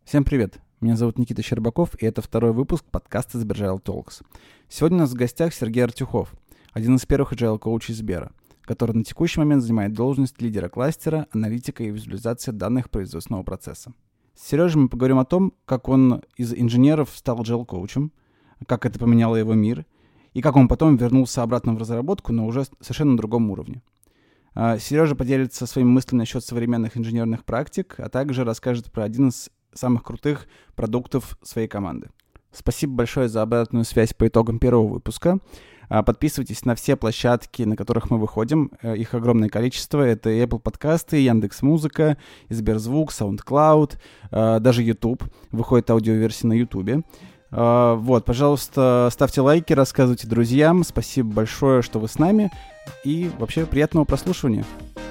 Всем привет! Меня зовут Никита Щербаков, и это второй выпуск подкаста The Agile Talks. Сегодня у нас в гостях Сергей Артюхов, один из первых agile-коучей Сбера, который на текущий момент занимает должность лидера кластера, аналитика и визуализация данных производственного процесса. С Сережей мы поговорим о том, как он из инженеров стал agile-коучем, как это поменяло его мир, и как он потом вернулся обратно в разработку, но уже совершенно на другом уровне. Сережа поделится своими мыслями насчет современных инженерных практик, а также расскажет про один из самых крутых продуктов своей команды. Спасибо большое за обратную связь по итогам первого выпуска. Подписывайтесь на все площадки, на которых мы выходим. Их огромное количество. Это и Apple подкасты, Яндекс.Музыка, Сберзвук, SoundCloud, даже YouTube. Выходит аудиоверсия на YouTube. Вот, пожалуйста, ставьте лайки, рассказывайте друзьям. Спасибо большое, что вы с нами. И вообще приятного прослушивания.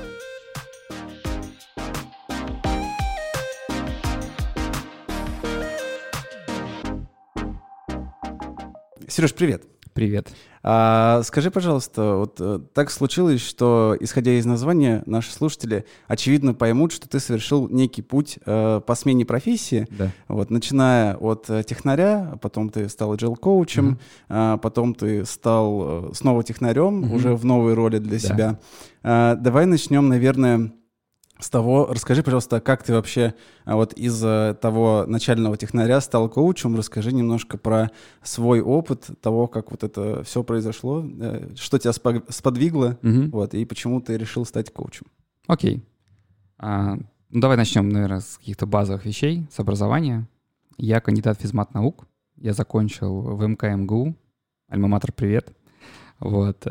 Сереж, привет. Привет. Скажи, пожалуйста, вот так случилось, что, исходя из названия, наши слушатели, очевидно, поймут, что ты совершил некий путь по смене профессии, да. Вот, начиная от технаря, потом ты стал agile-коучем, потом ты стал снова технарем, уже в новой роли для себя. Давай начнем, наверное, с того, расскажи, пожалуйста, как ты вообще вот из того начального технаря стал коучем. Расскажи немножко про свой опыт того, как вот это все произошло, что тебя сподвигло, вот, и почему ты решил стать коучем. Окей. Ну, давай начнем, наверное, с каких-то базовых вещей, с образования. Я кандидат физмат-наук. Я закончил в МК МГУ. Альма-матер, привет. Вот.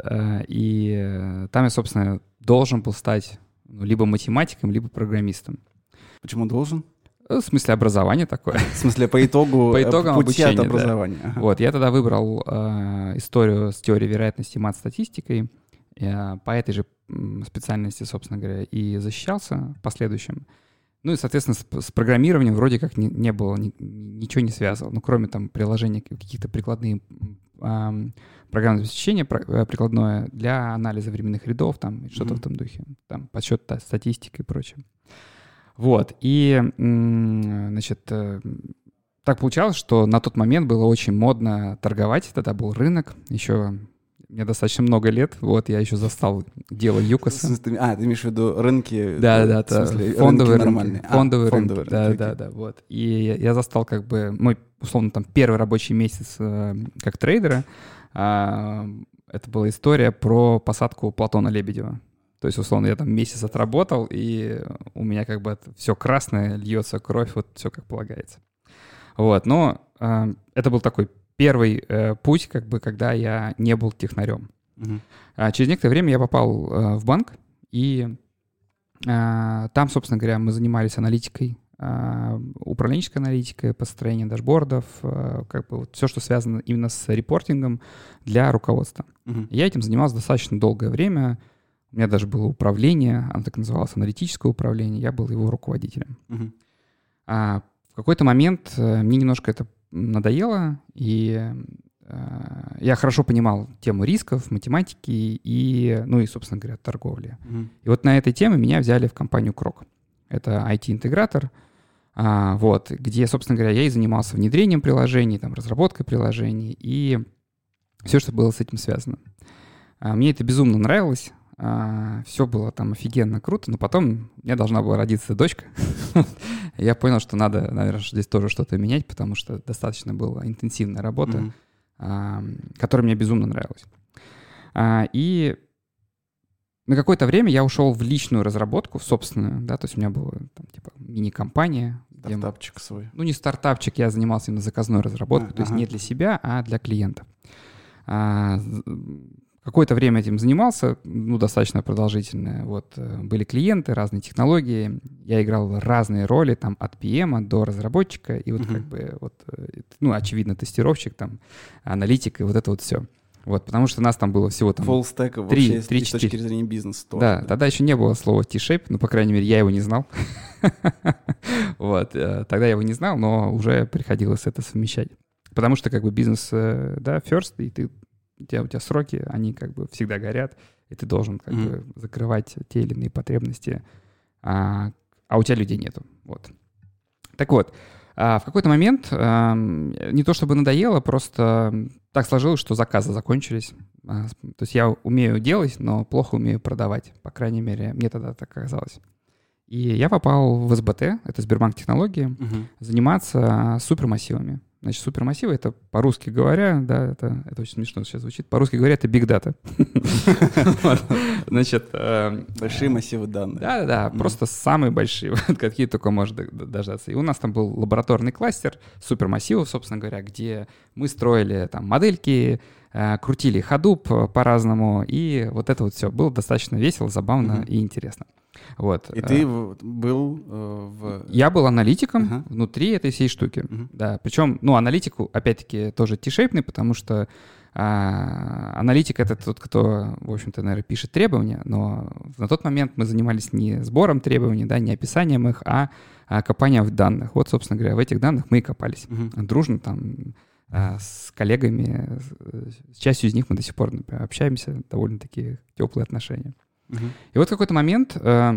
И там я, собственно, должен был стать либо математиком, либо программистом. Почему должен? В смысле образования такое. В смысле по итогу по итогам пути обучения, от образования. Да. Вот, я тогда выбрал историю с теорией вероятности и мат-статистикой. Я по этой же специальности, собственно говоря, и защищался в последующем. Ну и, соответственно, с программированием вроде как не было, ничего не связывал. Ну, кроме там приложений, каких-то прикладных программное обеспечение прикладное для анализа временных рядов, там, что-то в этом духе, там, подсчет статистики и прочее. Вот, и, значит, так получалось, что на тот момент было очень модно торговать, тогда был рынок, еще мне достаточно много лет, вот, я еще застал дело ЮКОСа. Ты имеешь в виду рынки? Да, в смысле, фондовые рынки нормальные. Фондовые рынки, да, вот. И я застал как бы мой, условно, там, первый рабочий месяц как трейдера. Это была история про посадку Платона Лебедева. То есть, условно, я там месяц отработал, и у меня как бы все красное, льется кровь, вот все как полагается. Вот, но это был такой первый путь, как бы, когда я не был технарем. Через некоторое время я попал в банк, и там, собственно говоря, мы занимались аналитикой, управленческой аналитикой, построение дашбордов, как бы вот все, что связано именно с репортингом для руководства. Я этим занимался достаточно долгое время. У меня даже было управление, оно так называлось, аналитическое управление, я был его руководителем. В какой-то момент мне немножко это надоело, и я хорошо понимал тему рисков, математики и, ну и, собственно говоря, торговли. И вот на этой теме меня взяли в компанию Крок. Это IT-интегратор, вот, где, собственно говоря, я и занимался внедрением приложений, там, разработкой приложений и все, что было с этим связано. Мне это безумно нравилось, все было там офигенно круто, но потом у меня должна была родиться дочка. Я понял, что надо, наверное, здесь тоже что-то менять, потому что достаточно была интенсивная работа, которая мне безумно нравилась. И на какое-то время я ушел в личную разработку, в собственную, да, то есть у меня была там, типа мини-компания. Стартапчик свой. Ну, не стартапчик, я занимался именно заказной разработкой, то есть не для себя, а для клиента. Какое-то время этим занимался, ну, достаточно продолжительное. Вот, были клиенты, разные технологии, я играл разные роли, там, от PM до разработчика, и вот как бы, вот, ну, очевидно, тестировщик, там, аналитик, и вот это вот все. Вот, потому что нас там было всего там... Фоллстек вообще с точки зрения бизнеса тоже. Да, тогда еще не было слова T-shape, ну, по крайней мере, я его не знал. Вот, тогда я его не знал, но уже приходилось это совмещать. Потому что как бы бизнес, да, first, и у тебя сроки, они как бы всегда горят, и ты должен как бы закрывать те или иные потребности, а у тебя людей нету. Вот. Так вот, В какой-то момент, не то чтобы надоело, просто так сложилось, что заказы закончились. То есть я умею делать, но плохо умею продавать. По крайней мере, мне тогда так казалось. И я попал в СБТ, это Сбербанк Технологии, заниматься супермассивами. Значит, супермассивы — это, по-русски говоря, да, это очень смешно сейчас звучит, по-русски говоря, это big data. Значит... Большие массивы данных. Да, просто самые большие, какие только можно дождаться. И у нас там был лабораторный кластер супермассивов, собственно говоря, где мы строили там модельки, крутили Hadoop по-разному, и вот это вот все было достаточно весело, забавно и интересно. Вот. И ты был в... Я был аналитиком внутри этой всей штуки. Да, причем, аналитику, опять-таки, тоже T-шейпный, потому что аналитик — это тот, кто, в общем-то, наверное, пишет требования, но на тот момент мы занимались не сбором требований, да, не описанием их, а копанием в данных. Вот, собственно говоря, в этих данных мы и копались. Дружно там с коллегами, с частью из них мы до сих пор общаемся, довольно-таки теплые отношения. И вот в какой-то момент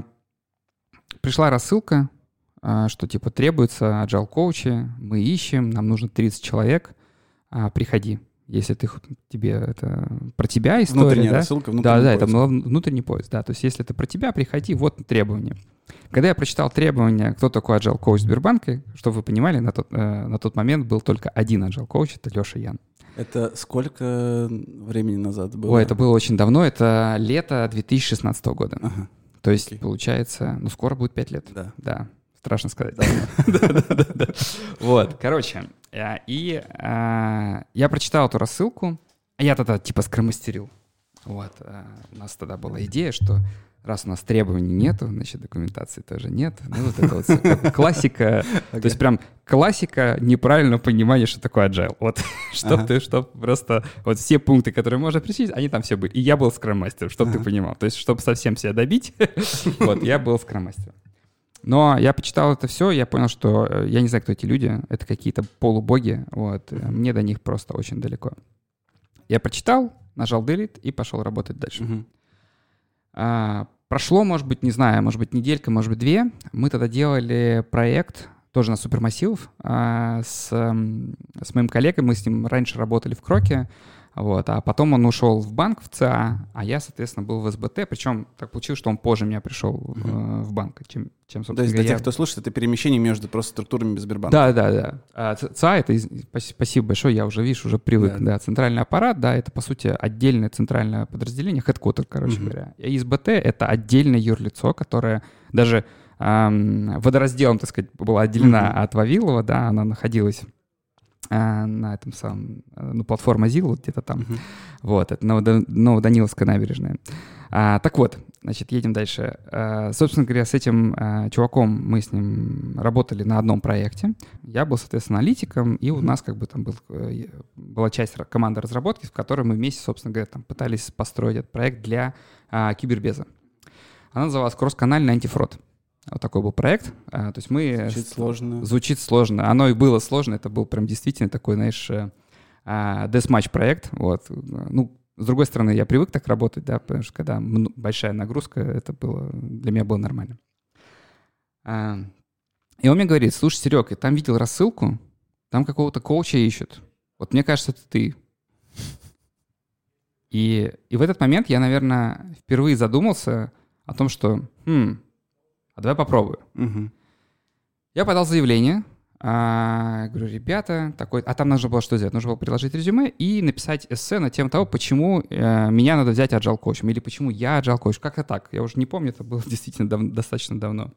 пришла рассылка, что типа требуется agile коучи, мы ищем, нам нужно 30 человек, приходи. Если тебе это про тебя история, внутренняя да? Рассылка, внутренний поиск. Это был внутренний поиск, да. То есть если это про тебя, приходи, вот требования. Когда я прочитал требования, кто такой agile коуч Сбербанка, чтобы вы понимали, на тот момент был только один agile коуч, это Леша Ян. Это сколько времени назад было? Ой, это было очень давно, это лето 2016 года. То есть, получается, скоро будет 5 лет. Да. Страшно сказать. Да. Вот, короче, и я прочитал эту рассылку, я тогда типа скромастерил. Вот, у нас тогда была идея, что раз у нас требований нету, значит, документации тоже нет. Вот это вот как классика, то есть прям классика неправильного понимания, что такое agile. Вот, чтоб просто вот все пункты, которые можно причислить, они там все были. И я был скрам-мастером, чтобы ты понимал. То есть, чтобы совсем себя добить, вот, я был скрам-мастером. Но я почитал это все, я понял, что я не знаю, кто эти люди, это какие-то полубоги, вот, мне до них просто очень далеко. Я прочитал, нажал delete и пошел работать дальше. Прошло, может быть, не знаю, может быть, неделька, может быть, 2. Мы тогда делали проект тоже на супермассивов с моим коллегой. Мы с ним раньше работали в Кроке, вот, а потом он ушел в банк, в ЦА, а я, соответственно, был в СБТ. Причем так получилось, что он позже меня пришел в банк, чем собственно говоря. То есть для тех, кто слушает, это перемещение между просто структурами Сбербанка. Да. ЦА — это, спасибо большое, я уже, видишь, уже привык. Да, центральный аппарат, да, это, по сути, отдельное центральное подразделение, headquarter, короче говоря. И СБТ — это отдельное юрлицо, которое даже водоразделом, так сказать, была отделена от Вавилова, да, она находилась на этом самом, платформа ЗИЛ, где-то там. Вот, это Новоданиловская набережная. Так вот, значит, едем дальше. Собственно говоря, с этим чуваком мы с ним работали на одном проекте. Я был, соответственно, аналитиком, и у нас как бы там была часть команды разработки, в которой мы вместе, собственно говоря, там пытались построить этот проект для Кибербеза. Она называлась «Кросс-канальный антифрод». Вот такой был проект. То есть мы... Звучит сложно. Звучит сложно. Оно и было сложно. Это был прям действительно такой, знаешь, deathmatch проект. Вот. С другой стороны, я привык так работать, да, потому что когда большая нагрузка, это было для меня было нормально. И он мне говорит: слушай, Серег, я там видел рассылку, там какого-то коуча ищут. Вот мне кажется, это ты. И в этот момент я, наверное, впервые задумался о том, что давай попробую. Я подал заявление, говорю: ребята, там нужно было что сделать? Нужно было приложить резюме и написать эссе на тему того, почему меня надо взять agile коучем, или почему я agile коуч. Как-то так. Я уже не помню, это было действительно достаточно давно.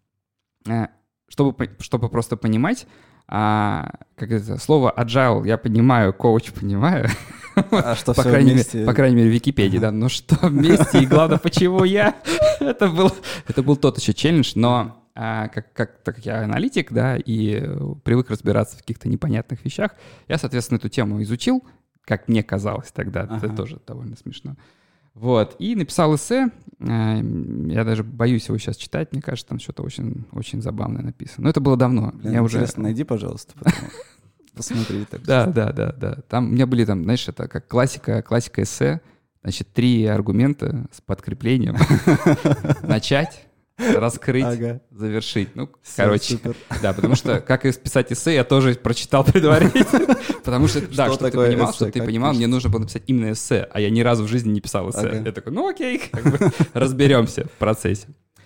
Чтобы просто понимать, как это слово agile я понимаю, коуч понимаю. А что по крайней мере, в Википедии, да. Но что вместе, и главное, почему я? Это был тот еще челлендж, но так как я аналитик, да, и привык разбираться в каких-то непонятных вещах, я, соответственно, эту тему изучил, как мне казалось тогда. Это тоже довольно смешно. Вот, и написал эссе. Я даже боюсь его сейчас читать, мне кажется, там что-то очень, очень забавное написано. Но это было давно. Интересно, найди, пожалуйста, посмотри. Да. Там у меня были, знаешь, это как классика эссе. Значит, 3 аргумента с подкреплением. Начать, раскрыть, завершить. Ну, короче, да, потому что, как и писать эссе, я тоже прочитал предварительно, потому что, да, чтобы ты понимал, мне нужно было написать именно эссе, а я ни разу в жизни не писал эссе. Я такой, ну окей, разберемся в процессе.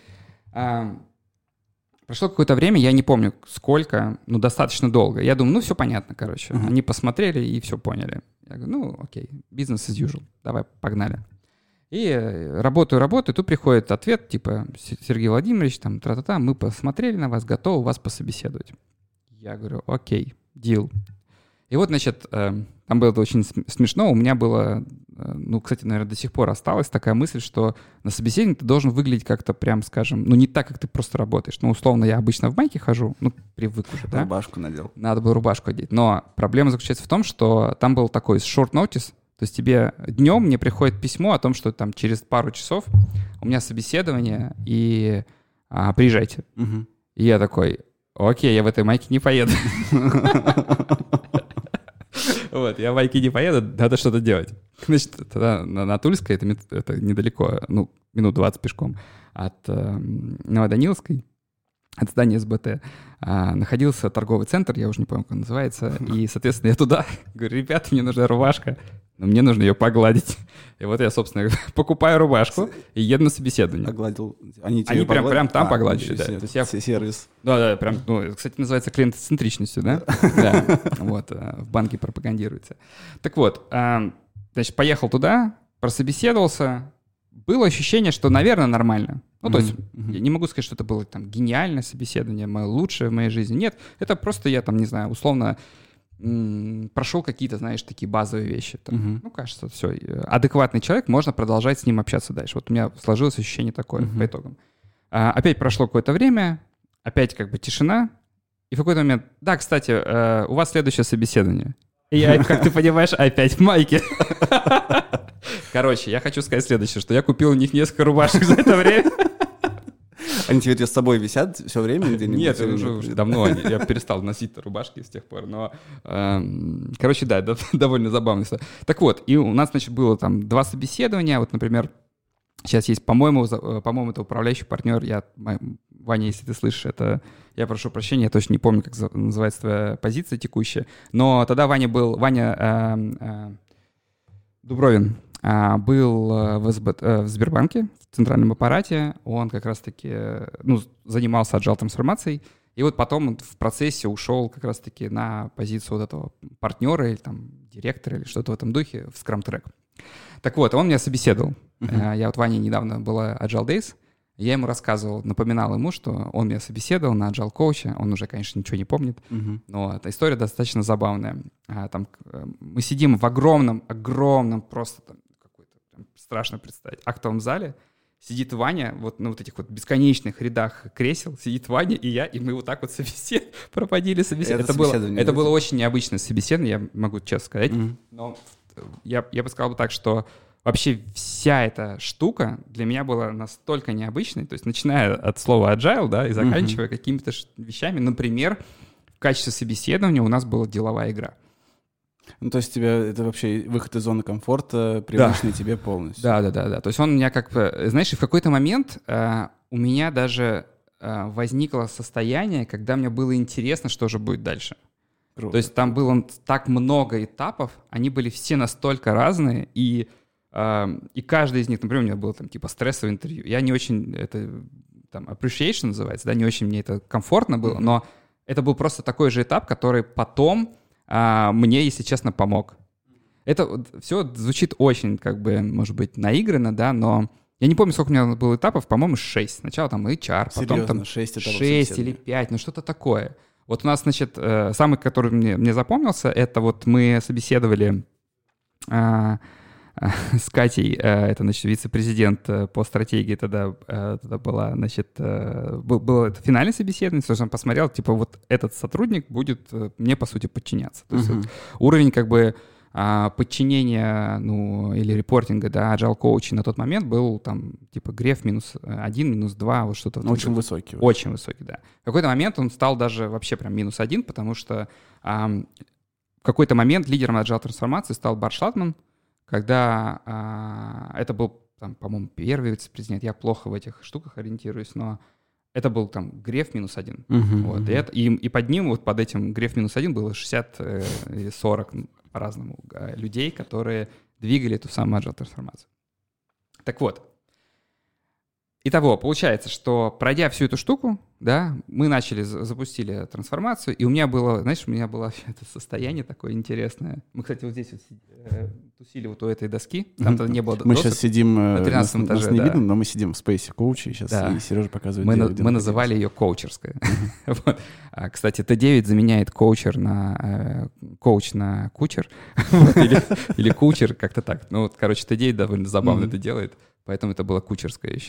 Прошло какое-то время, я не помню сколько, но достаточно долго. Я думаю, ну все понятно, короче. Они посмотрели и все поняли. Я говорю, ну окей, business as usual, давай, погнали. И работаю, тут приходит ответ, типа, Сергей Владимирович, там, тра-та-та, мы посмотрели на вас, готовы вас пособеседовать. Я говорю, окей, deal. И вот, значит, там было это очень смешно, у меня было, ну, кстати, наверное, до сих пор осталась такая мысль, что на собеседовании ты должен выглядеть как-то прям, скажем, ну, не так, как ты просто работаешь. Ну, условно, я обычно в майке хожу, ну, привык уже, да? Рубашку надел. Надо было рубашку одеть. Но проблема заключается в том, что там был такой short notice, то есть тебе днем мне приходит письмо о том, что там через пару часов у меня собеседование, и приезжайте. И я такой, окей, я в этой майке не поеду. Вот, я в майке не поеду, надо что-то делать. Значит, тогда на Тульской, это недалеко, ну, минут 20 пешком от Новоданиловской, от здания СБТ, находился торговый центр, я уже не помню, как он называется, и, соответственно, я туда говорю, ребята, мне нужна рубашка, но мне нужно ее погладить. И вот я, собственно, покупаю рубашку и еду на собеседование. Погладил. Они прям там погладили, да. То есть я... Сервис. Да, прям, ну, кстати, называется клиентоцентричностью, да? Да, вот, в банке пропагандируется. Так вот, значит, поехал туда, прособеседовался, было ощущение, что, наверное, нормально. Ну, то есть я не могу сказать, что это было там гениальное собеседование, мое лучшее в моей жизни. Нет, это просто я там, не знаю, условно прошел какие-то, знаешь, такие базовые вещи. Там, ну, кажется, все. Адекватный человек, можно продолжать с ним общаться дальше. Вот у меня сложилось ощущение такое по итогам. Опять прошло какое-то время, опять как бы тишина. И в какой-то момент, да, кстати, у вас следующее собеседование. И я, как ты понимаешь, опять в майке. Короче, я хочу сказать следующее, что я купил у них несколько рубашек за это время. Они тебе с собой висят все время где-нибудь? Нет, уже давно я перестал носить рубашки с тех пор, но... Короче, да, довольно забавно. Так вот, и у нас, значит, было там 2 собеседования. Вот, например, сейчас есть, по-моему, это управляющий партнер. Ваня, если ты слышишь, это... Я прошу прощения, я точно не помню, как называется твоя позиция текущая. Но тогда Ваня Дубровин был в Сбербанке, в центральном аппарате. Он как раз-таки занимался agile-трансформацией. И вот потом он в процессе ушел как раз-таки на позицию вот этого партнера или там директора или что-то в этом духе в Scrum Track. Так вот, он меня собеседовал. Я вот Ване недавно была Agile Days. Я ему рассказывал, напоминал ему, что он меня собеседовал на Agile Coach. Он уже, конечно, ничего не помнит, но эта история достаточно забавная. Там мы сидим в огромном, просто там какой-то, страшно представить, актовом зале. Сидит Ваня, вот на вот этих вот бесконечных рядах кресел, сидит Ваня и я, и мы вот так вот проводили собеседование. Это было очень необычное собеседование, я могу честно сказать. Но я бы сказал так, что вообще вся эта штука для меня была настолько необычной, то есть начиная от слова agile, да, и заканчивая какими-то вещами. Например, в качестве собеседования у нас была деловая игра. Ну, то есть тебя это вообще выход из зоны комфорта, привычный тебе полностью. Да. То есть он меня как бы... Знаешь, и в какой-то момент у меня даже возникло состояние, когда мне было интересно, что же будет дальше. Круто. То есть там было так много этапов, они были все настолько разные, и каждый из них, например, у меня было там типа стрессовое интервью. Я не очень... Это там appreciation называется, да, не очень мне это комфортно было, но это был просто такой же этап, который потом... мне, если честно, помог. Это все звучит очень, как бы, может быть, наигранно, да, но я не помню, сколько у меня было этапов, по-моему, 6. Сначала там HR, потом серьезно, там 6 или 5, ну что-то такое. Вот у нас, значит, самый, который мне запомнился, это вот мы собеседовали с Катей, это, значит, вице-президент по стратегии тогда была, значит, было это финальное собеседование, то есть он посмотрел, типа, вот этот сотрудник будет мне, по сути, подчиняться. То есть вот уровень, как бы, подчинения, ну, или репортинга, да, agile коуча на тот момент был там, типа, греф -1, -2, вот что-то. Очень высокий. Очень высокий, да. В какой-то момент он стал даже вообще прям -1, потому что в какой-то момент лидером agile трансформации стал Бар Шлатман, когда это был там, по-моему, первый вице-президент. Я плохо в этих штуках ориентируюсь, но это был там Греф -1. Вот, и под ним, вот под этим Греф -1 было 60 или 40 по-разному людей, которые двигали эту самую agile трансформацию. Так вот, итого, получается, что пройдя всю эту штуку, да, мы запустили трансформацию, и у меня было это состояние такое интересное. Мы, кстати, вот здесь вот тусили вот у этой доски, там-то не было Мы сейчас сидим на 13 этаже, нас не видно, но мы сидим в Space Coach, и сейчас и Сережа показывает. Мы называли ее коучерская. Кстати, Т9 заменяет коуч на кучер, или кучер, как-то так. Ну, вот, короче, Т9 довольно забавно это делает, поэтому это была кучерская еще.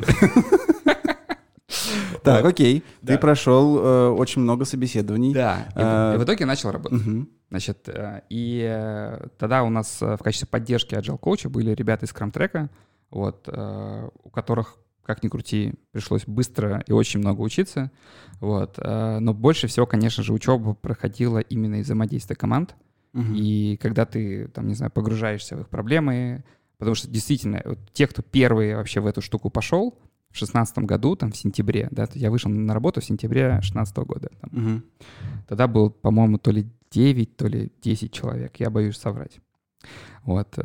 Так, окей. Ты прошел очень много собеседований. Да, и в итоге начал работать. Значит, и тогда у нас в качестве поддержки Agile Coach были ребята из Scrum-трека, вот, у которых, как ни крути, пришлось быстро и очень много учиться. Вот. Но больше всего, конечно же, учеба проходила именно из взаимодействия команд. И когда ты, там, не знаю, погружаешься в их проблемы, потому что действительно, вот те, кто первые вообще в эту штуку пошел, в 2016 году, там, в сентябре, да, я вышел на работу в сентябре 2016 года. Там. Тогда был, по-моему, то ли 9, то ли 10 человек, я боюсь соврать. Вот,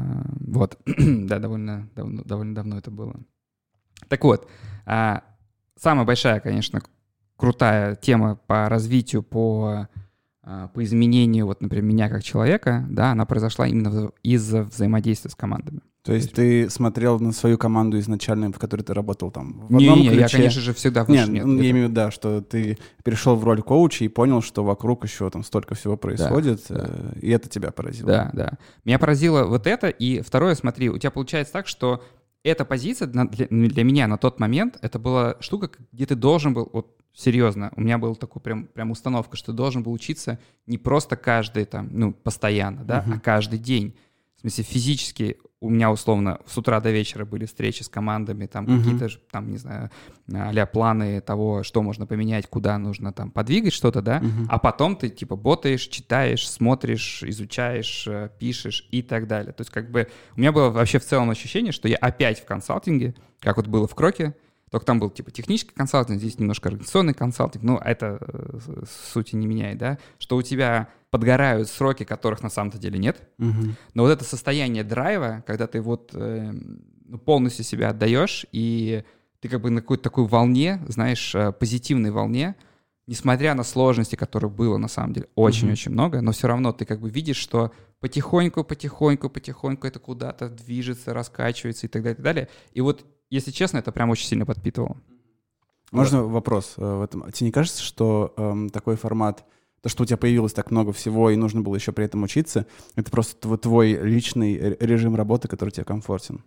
да, довольно давно это было. Так вот, самая большая, конечно, крутая тема по развитию, по изменению, вот, например, меня как человека, да, она произошла именно из-за взаимодействия с командами. То есть ты смотрел на свою команду изначально, в которой ты работал там в одном ключе? Я, конечно же, всегда выше. Я имею в виду, да, что ты перешел в роль коуча и понял, что вокруг еще там столько всего происходит, и это тебя поразило. Да. Меня поразило вот это, и второе, смотри, у тебя получается так, что эта позиция для меня на тот момент, это была штука, где ты должен был, вот серьезно, у меня была такая прям установка, что ты должен был учиться не просто каждый там, ну, постоянно, да, а каждый день. В смысле, физически у меня, условно, с утра до вечера были встречи с командами, там какие-то, там, не знаю, а-ля планы того, что можно поменять, куда нужно там подвигать что-то, да, а потом ты, типа, ботаешь, читаешь, смотришь, изучаешь, пишешь и так далее. То есть, как бы, у меня было вообще в целом ощущение, что я опять в консалтинге, как вот было в Кроке, только там был, типа, технический консалтинг, здесь немножко организационный консалтинг, но это сути не меняет, да, что у тебя подгорают сроки, которых на самом-то деле нет. Но вот это состояние драйва, когда ты вот полностью себя отдаешь, и ты как бы на какой-то такой волне, знаешь, позитивной волне, несмотря на сложности, которые было на самом деле очень-очень много, но все равно ты как бы видишь, что потихоньку это куда-то движется, раскачивается и так далее, и так далее. И вот, если честно, это прям очень сильно подпитывало. Можно вопрос в этом? Тебе не кажется, что такой формат, то, что у тебя появилось так много всего и нужно было еще при этом учиться, это просто твой личный режим работы, который тебе комфортен?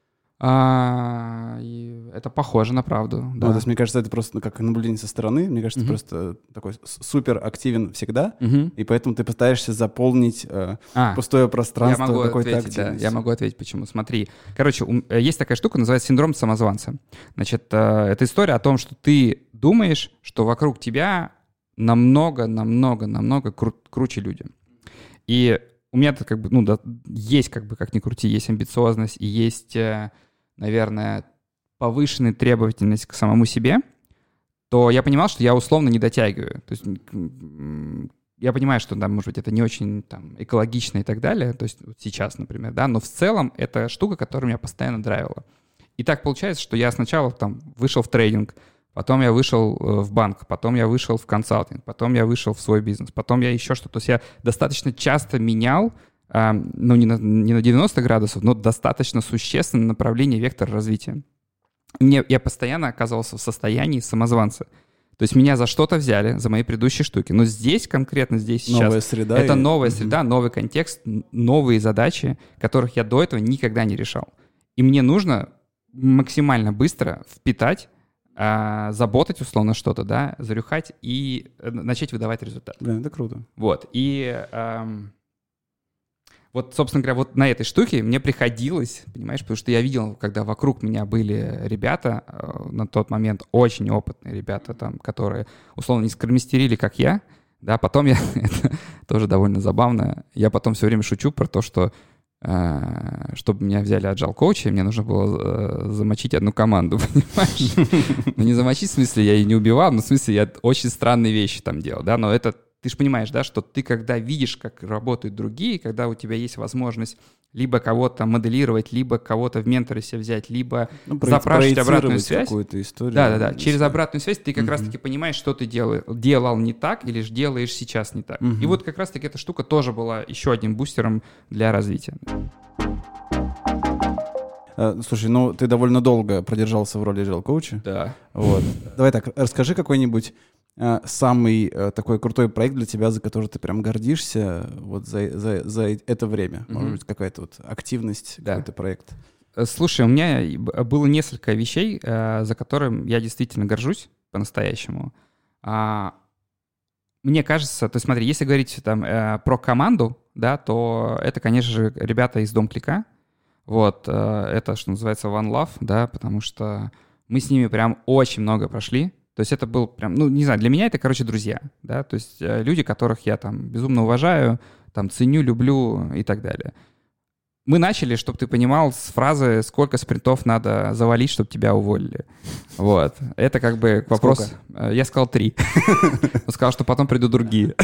Это похоже на правду, да. Ну, то есть, мне кажется, это просто как наблюдение со стороны. Мне кажется, ты просто такой супер активен всегда, и поэтому ты пытаешься заполнить пустое пространство какой-то активностью. Я могу ответить, почему. Смотри, короче, есть такая штука, называется синдром самозванца. Значит, это история о том, что ты думаешь, что вокруг тебя намного круче люди. И у меня-то как бы, ну, да, есть как бы, как ни крути, есть амбициозность и есть, наверное, повышенная требовательность к самому себе, то я понимал, что я условно не дотягиваю. То есть я понимаю, что, да, может быть, это не очень там экологично и так далее, то есть вот сейчас, например, да, но в целом это штука, которая меня постоянно драйвила. И так получается, что я сначала там вышел в трейдинг, потом я вышел в банк, потом я вышел в консалтинг, потом я вышел в свой бизнес, потом я еще что-то. То есть я достаточно часто менял, ну, не на 90 градусов, но достаточно существенно направление, вектор развития. Я постоянно оказывался в состоянии самозванца. То есть меня за что-то взяли, за мои предыдущие штуки. Но здесь, конкретно здесь, сейчас... Новая среда. Это новая среда, новый контекст, новые задачи, которых я до этого никогда не решал. И мне нужно максимально быстро впитать, заботать условно что-то, да, зарюхать и начать выдавать результат. Блин, это круто. Вот, и вот, собственно говоря, вот на этой штуке мне приходилось, понимаешь, потому что я видел, когда вокруг меня были ребята, на тот момент очень опытные ребята, там, которые условно не скромистерили, как я, да, потом я, это тоже довольно забавно, я потом все время шучу про то, что чтобы меня взяли agile коуча, мне нужно было замочить одну команду, понимаешь? Ну, не замочить, в смысле, я ее не убивал, но в смысле, я очень странные вещи там делал, да, но это, ты же понимаешь, да, что ты, когда видишь, как работают другие, когда у тебя есть возможность либо кого-то моделировать, либо кого-то в менторы себе взять, либо запрашивать обратную связь. Какую-то историю. Да. Через обратную связь ты как раз-таки понимаешь, что ты делал не так или же делаешь сейчас не так. И вот как раз-таки эта штука тоже была еще одним бустером для развития. Слушай, ну ты довольно долго продержался в роли agile коуча. Да. Вот. Давай так, расскажи какой-нибудь самый такой крутой проект для тебя, за который ты прям гордишься вот за это время? Может быть, какая-то вот активность, какой-то проект? Слушай, у меня было несколько вещей, за которым я действительно горжусь по-настоящему. Мне кажется, то есть смотри, если говорить там про команду, да, то это, конечно же, ребята из Дом-клика. Вот, это, что называется, One Love, да, потому что мы с ними прям очень много прошли. То есть это был прям, ну, не знаю, для меня это, короче, друзья, да, то есть люди, которых я там безумно уважаю, там ценю, люблю и так далее. Мы начали, чтобы ты понимал, с фразы «сколько спринтов надо завалить, чтобы тебя уволили». Вот. Это как бы вопрос... Сколько? Я сказал 3. Он сказал, что потом придут другие.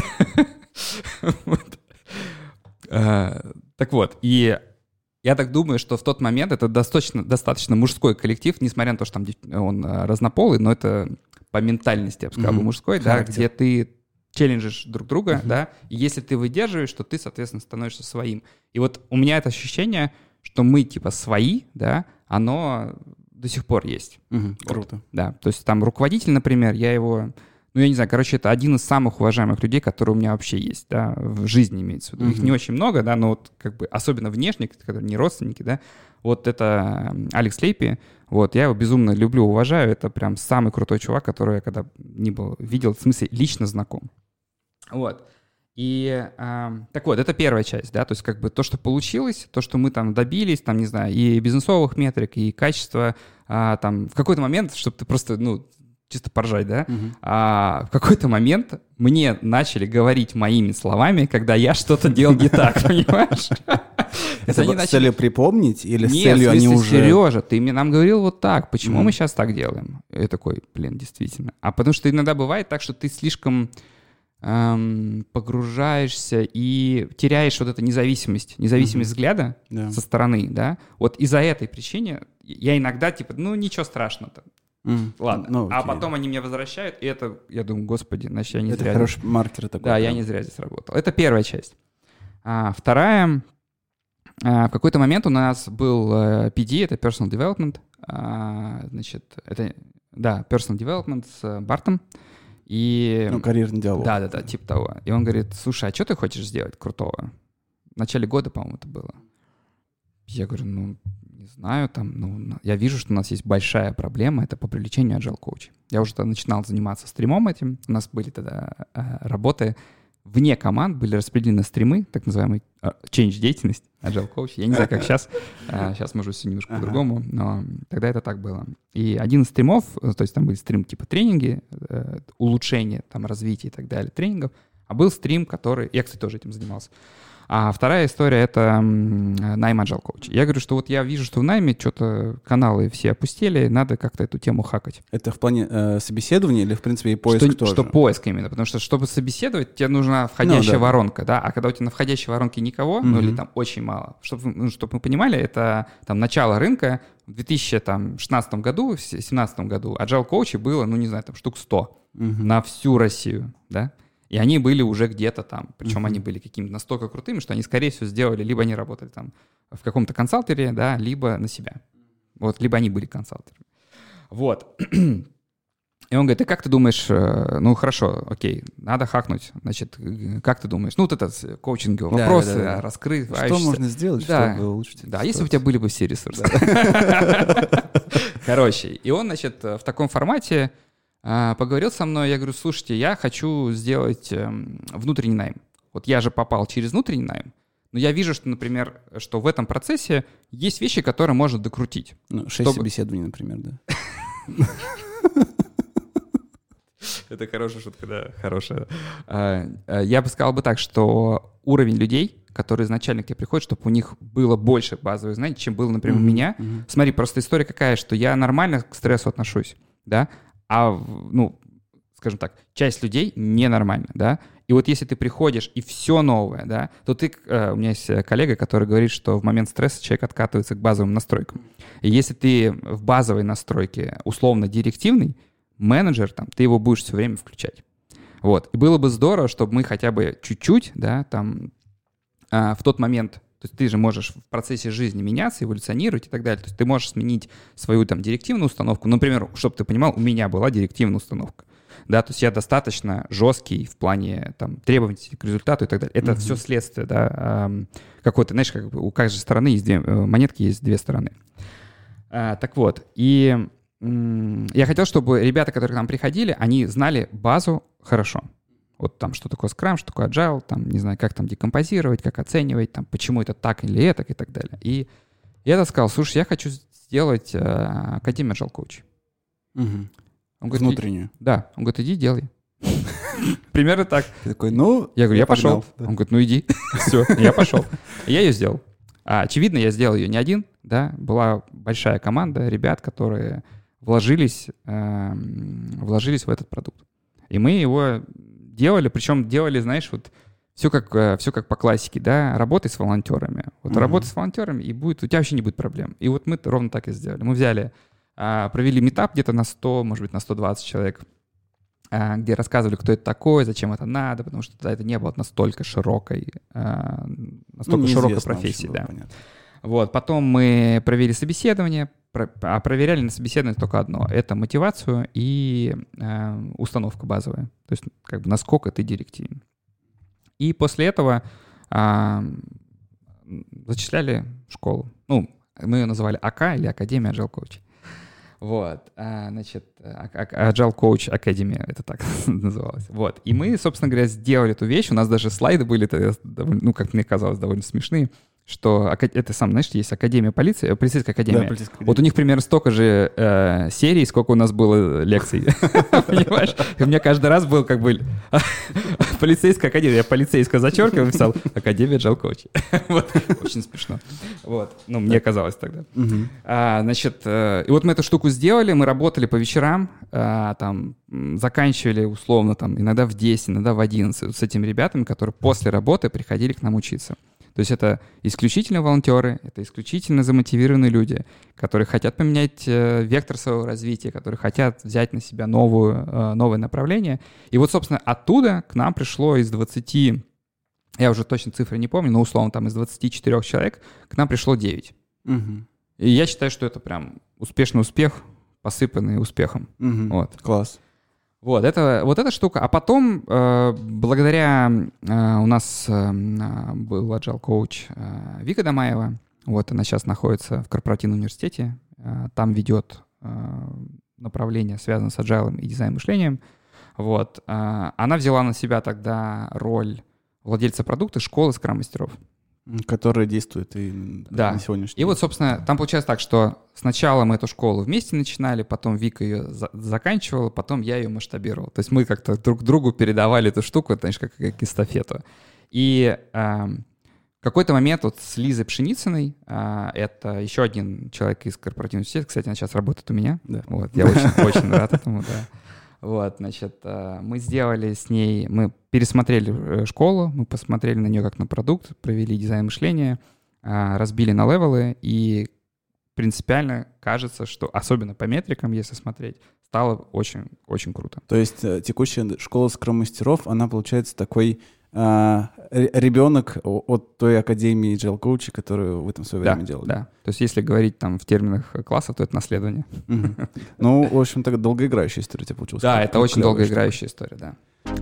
Так вот, и я так думаю, что в тот момент это достаточно мужской коллектив, несмотря на то, что там он разнополый, но это по ментальности, я бы сказал, мужской, да, где ты челленджишь друг друга, да, и если ты выдерживаешь, то ты, соответственно, становишься своим. И вот у меня это ощущение, что мы типа свои, да, оно до сих пор есть. Круто. Вот, да, то есть там руководитель, например, я его... Ну, я не знаю, короче, это один из самых уважаемых людей, которые у меня вообще есть, да, в жизни имеется в виду. Их не очень много, да, но вот как бы особенно внешне, которые не родственники, да, вот это Алекс Лейпи, вот, я его безумно люблю, уважаю, это прям самый крутой чувак, которого я когда не был, видел, в смысле, лично знаком. Вот. И, так вот, это первая часть, да, то есть как бы то, что получилось, то, что мы там добились, там, не знаю, и бизнесовых метрик, и качества, там, в какой-то момент, чтобы ты просто, ну, чисто поржать, да, в какой-то момент мне начали говорить моими словами, когда я что-то делал не так, понимаешь? Это с целью припомнить или с Нет, целью они уже... Сережа, ты мне нам говорил вот так, почему мы сейчас так делаем? Я такой, блин, действительно. А потому что иногда бывает так, что ты слишком погружаешься и теряешь вот эту независимость взгляда со стороны, да. Вот из-за этой причины я иногда типа, ну ничего страшного там. Ладно. Ну, а потом они мне возвращают, и это, я думаю, господи, значит, я не зря... Это хороший маркер такой. Да, я не зря здесь работал. Это первая часть. Вторая, в какой-то момент у нас был PD, это Personal Development, значит, это, да, Personal Development с Бартом. И... Ну, карьерный диалог. Да, типа того. И он говорит, слушай, а что ты хочешь сделать крутого? В начале года, по-моему, это было. Я говорю, ну... Не знаю, там, ну, я вижу, что у нас есть большая проблема, это по привлечению agile коучей. Я уже тогда начинал заниматься стримом этим, у нас были тогда работы вне команд, были распределены стримы, так называемый change деятельность, agile коуч. Я не знаю, как сейчас, сейчас, может, все немножко по-другому, но тогда это так было. И один из стримов, то есть там были стрим типа тренинги, улучшение, там, развитие и так далее, тренингов, а был стрим, который, я, кстати, тоже этим занимался. А вторая история — это найм agile коуча. Я говорю, что вот я вижу, что в найме что-то каналы все опустели, надо как-то эту тему хакать. Это в плане собеседования или, в принципе, и поиск тоже? Что поиск именно, потому что, чтобы собеседовать, тебе нужна входящая воронка, да, а когда у тебя на входящей воронке никого, ну или там очень мало, чтобы мы понимали, это там начало рынка, в 2016 году, в 2017 году agile коучей было, ну не знаю, там штук 100 на всю Россию, да. И они были уже где-то там. Причем они были какими-то настолько крутыми, что они, скорее всего, сделали, либо они работали там в каком-то консалтере, да, либо на себя. Вот, либо они были консалтерами. Вот. И он говорит, как ты думаешь, ну, хорошо, окей, надо хакнуть. Значит, как ты думаешь? Ну, вот это коучинговые вопросы, раскрывающиеся. Что можно сделать, чтобы улучшить? Да, если у тебя были бы все ресурсы. Короче, и он, значит, в таком формате поговорил со мной, я говорю, слушайте, я хочу сделать внутренний найм. Вот я же попал через внутренний найм, но я вижу, что, например, что в этом процессе есть вещи, которые можно докрутить. Ну, 6 собеседований, например, да. Это хорошая шутка, да, хорошая. Я бы сказал бы так, что уровень людей, которые изначально к тебе приходят, чтобы у них было больше базовых знаний, чем было, например, у меня. Смотри, просто история какая, что я нормально к стрессу отношусь, да, а, ну, скажем так, часть людей ненормально, да. И вот если ты приходишь и все новое, да, то ты... у меня есть коллега, который говорит, что в момент стресса человек откатывается к базовым настройкам. И если ты в базовой настройке условно директивный, менеджер, там, ты его будешь все время включать. Вот. И было бы здорово, чтобы мы хотя бы чуть-чуть, да, там, в тот момент, то есть ты же можешь в процессе жизни меняться, эволюционировать и так далее. То есть ты можешь сменить свою там директивную установку. Например, чтобы ты понимал, у меня была директивная установка. Да, то есть я достаточно жесткий в плане там, требований к результату и так далее. Это все следствие, да, какой-то, знаешь, как бы у каждой стороны есть монетки, есть две стороны. Так вот, и я хотел, чтобы ребята, которые к нам приходили, они знали базу хорошо. Вот там, что такое Scrum, что такое Agile, там, не знаю, как там декомпозировать, как оценивать, там, почему это так или это, и так далее. И я сказал, слушай, я хочу сделать Академию Agile Coach. Он говорит, внутреннюю. Да. Он говорит, иди делай. Примерно так. Ты такой, ну... Я говорю, я пошел. Он говорит, ну иди. Все, я пошел. Я ее сделал. Очевидно, я сделал ее не один, да. Была большая команда ребят, которые вложились в этот продукт. И мы его делали, причем делали, знаешь, вот все как по классике, да, работай с волонтерами. Вот работай с волонтерами, и у тебя вообще не будет проблем. И вот мы ровно так и сделали. Мы провели митап где-то на 100, может быть, на 120 человек, где рассказывали, кто это такой, зачем это надо, потому что тогда это не было настолько широкой профессии. Да. Вот. Потом мы провели собеседование, проверяли на собеседовании только одно. Это мотивацию и установка базовая. То есть как бы насколько ты директивен. И после этого зачисляли в школу. Ну, мы ее называли АК или Академия Agile Coach. Вот, значит, Agile Coach Academy, это так называлось. Вот, и мы, собственно говоря, сделали эту вещь. У нас даже слайды были, ну, как мне казалось, довольно смешные, что это сам, знаешь, есть Академия полиции, полицейская академия. Да, полицейская академия. Вот у них примерно столько же серий, сколько у нас было лекций. Понимаешь? И у меня каждый раз был как бы полицейская академия. Я полицейская зачеркиваю, написал Академия Agile Coach. Очень смешно. Вот. Ну, мне казалось тогда. Значит, и вот мы эту штуку сделали, мы работали по вечерам, там, заканчивали условно там иногда в 10, иногда в 11 с этими ребятами, которые после работы приходили к нам учиться. То есть это исключительно волонтеры, это исключительно замотивированные люди, которые хотят поменять вектор своего развития, которые хотят взять на себя новое направление. И вот, собственно, оттуда к нам пришло из 20, я уже точно цифры не помню, но условно там из 24 человек к нам пришло 9. И я считаю, что это прям успешный успех, посыпанный успехом. Вот. Класс. Вот эта штука. А потом, благодаря у нас был Agile коуч Вика Домаева, вот она сейчас находится в корпоративном университете, там ведет направление, связанное с Agile и дизайн-мышлением. Вот. Она взяла на себя тогда роль владельца продукта школы скрам-мастеров. Которая действует и на сегодняшний день. И вот, собственно, там получается так, что сначала мы эту школу вместе начинали, потом Вика ее заканчивала, потом я ее масштабировал. То есть мы как-то друг другу передавали эту штуку, знаешь, как эстафету. И в какой-то момент вот с Лизой Пшеницыной, это еще один человек из корпоративного университета, кстати, она сейчас работает у меня. Да. Вот, я очень рад этому, да. Вот, значит, мы сделали с ней, мы пересмотрели школу, мы посмотрели на нее как на продукт, провели дизайн мышления, разбили на левелы, и принципиально кажется, что, особенно по метрикам, если смотреть, стало очень круто. То есть текущая школа скрам-мастеров, она, получается, такой ребенок от той академии Agile Coach, которую вы там в свое время делали. Да, то есть если говорить там в терминах классов, то это наследование. Ну, в общем-то, долгоиграющая история у тебя получилась. Да, это очень долгоиграющая история, да.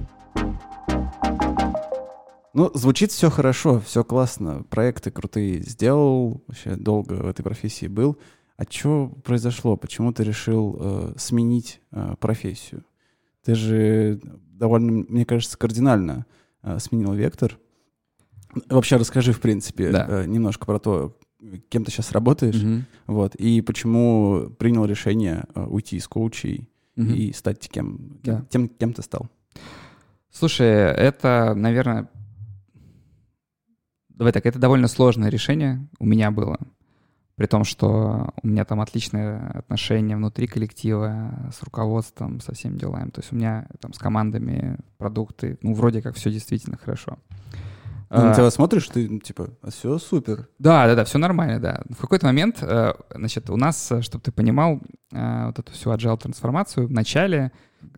Ну, звучит все хорошо, все классно, проекты крутые сделал, вообще долго в этой профессии был. А что произошло? Почему ты решил сменить профессию? Ты же довольно, мне кажется, кардинально сменил вектор. Вообще расскажи, в принципе, немножко про то, кем ты сейчас работаешь, вот, и почему принял решение уйти из коучей и стать кем ты стал. Слушай, это, наверное, Давай так, это довольно сложное решение у меня было. При том, что у меня там отличные отношения внутри коллектива, с руководством, со всеми делами. То есть у меня там с командами продукты, ну, вроде как все действительно хорошо. На тебя смотришь, ты типа, все супер. Да, все нормально, да. В какой-то момент, значит, у нас, чтобы ты понимал, вот эту всю agile трансформацию в начале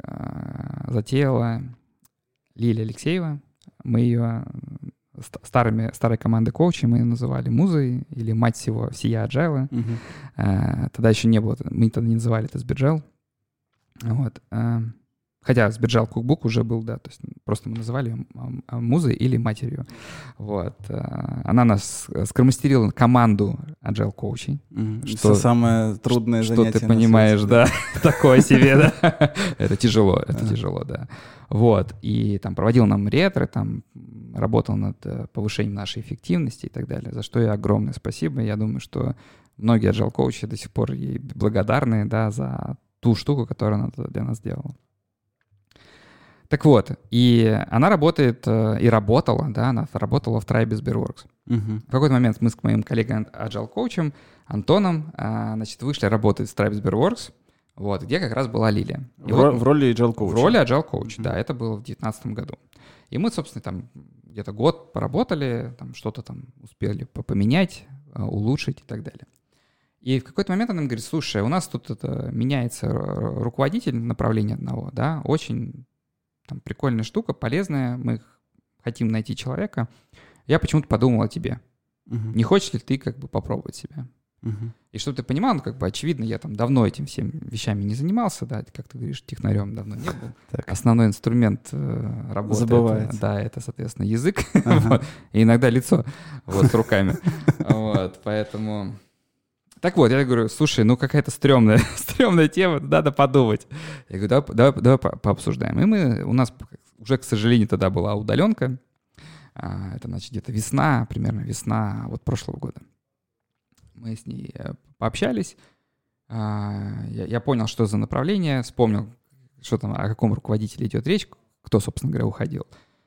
затеяла Лилия Алексеева. Мы ее старой командой коучей мы ее называли музой или мать всея agile. Тогда еще не было, мы тогда не называли это Сберджел. Вот. Хотя Сберджел Cookbook уже был, да, то есть просто мы называли ее музой или матерью. Вот. Она нас скромастерила команду agile коучей. Что самое трудное занятие. Что ты понимаешь, да, такое себе, да. Это тяжело, да. Вот. И там проводил нам ретры, там работал над повышением нашей эффективности и так далее, за что ей огромное спасибо. Я думаю, что многие agile коучи до сих пор ей благодарны, да, за ту штуку, которую она для нас сделала. Так вот, и она работает, и работала, да, она работала в Tribe Sberworks. В какой-то момент мы с моим коллегой agile-коучем Антоном, значит, вышли работать в Tribe Sberworks, вот, где как раз была Лилия. В роли agile-коуча? В роли agile-коуча, да, это было в 2019 году. И мы, собственно, там где-то год поработали, там что-то там успели поменять, улучшить и так далее. И в какой-то момент она мне говорит, слушай, у нас тут меняется руководитель направления одного, да, очень... Там прикольная штука, полезная, мы хотим найти человека. Я почему-то подумал о тебе. Не хочешь ли ты как бы попробовать себя? И чтобы ты понимал, ну, как бы очевидно, я там давно этим всеми вещами не занимался, да, как ты говоришь, технарем давно не был. Основной инструмент работы. Забывается. Да, это, соответственно, язык, вот, и иногда лицо вот, с руками. Вот, поэтому... Так вот, я говорю, слушай, ну какая-то стрёмная тема, надо подумать. Я говорю, давай пообсуждаем. И у нас уже, к сожалению, тогда была удаленка. Это, значит, где-то примерно весна вот прошлого года. Мы с ней пообщались. Я понял, что за направление, вспомнил, что там, о каком руководителе идет речь, кто, собственно говоря, уходил.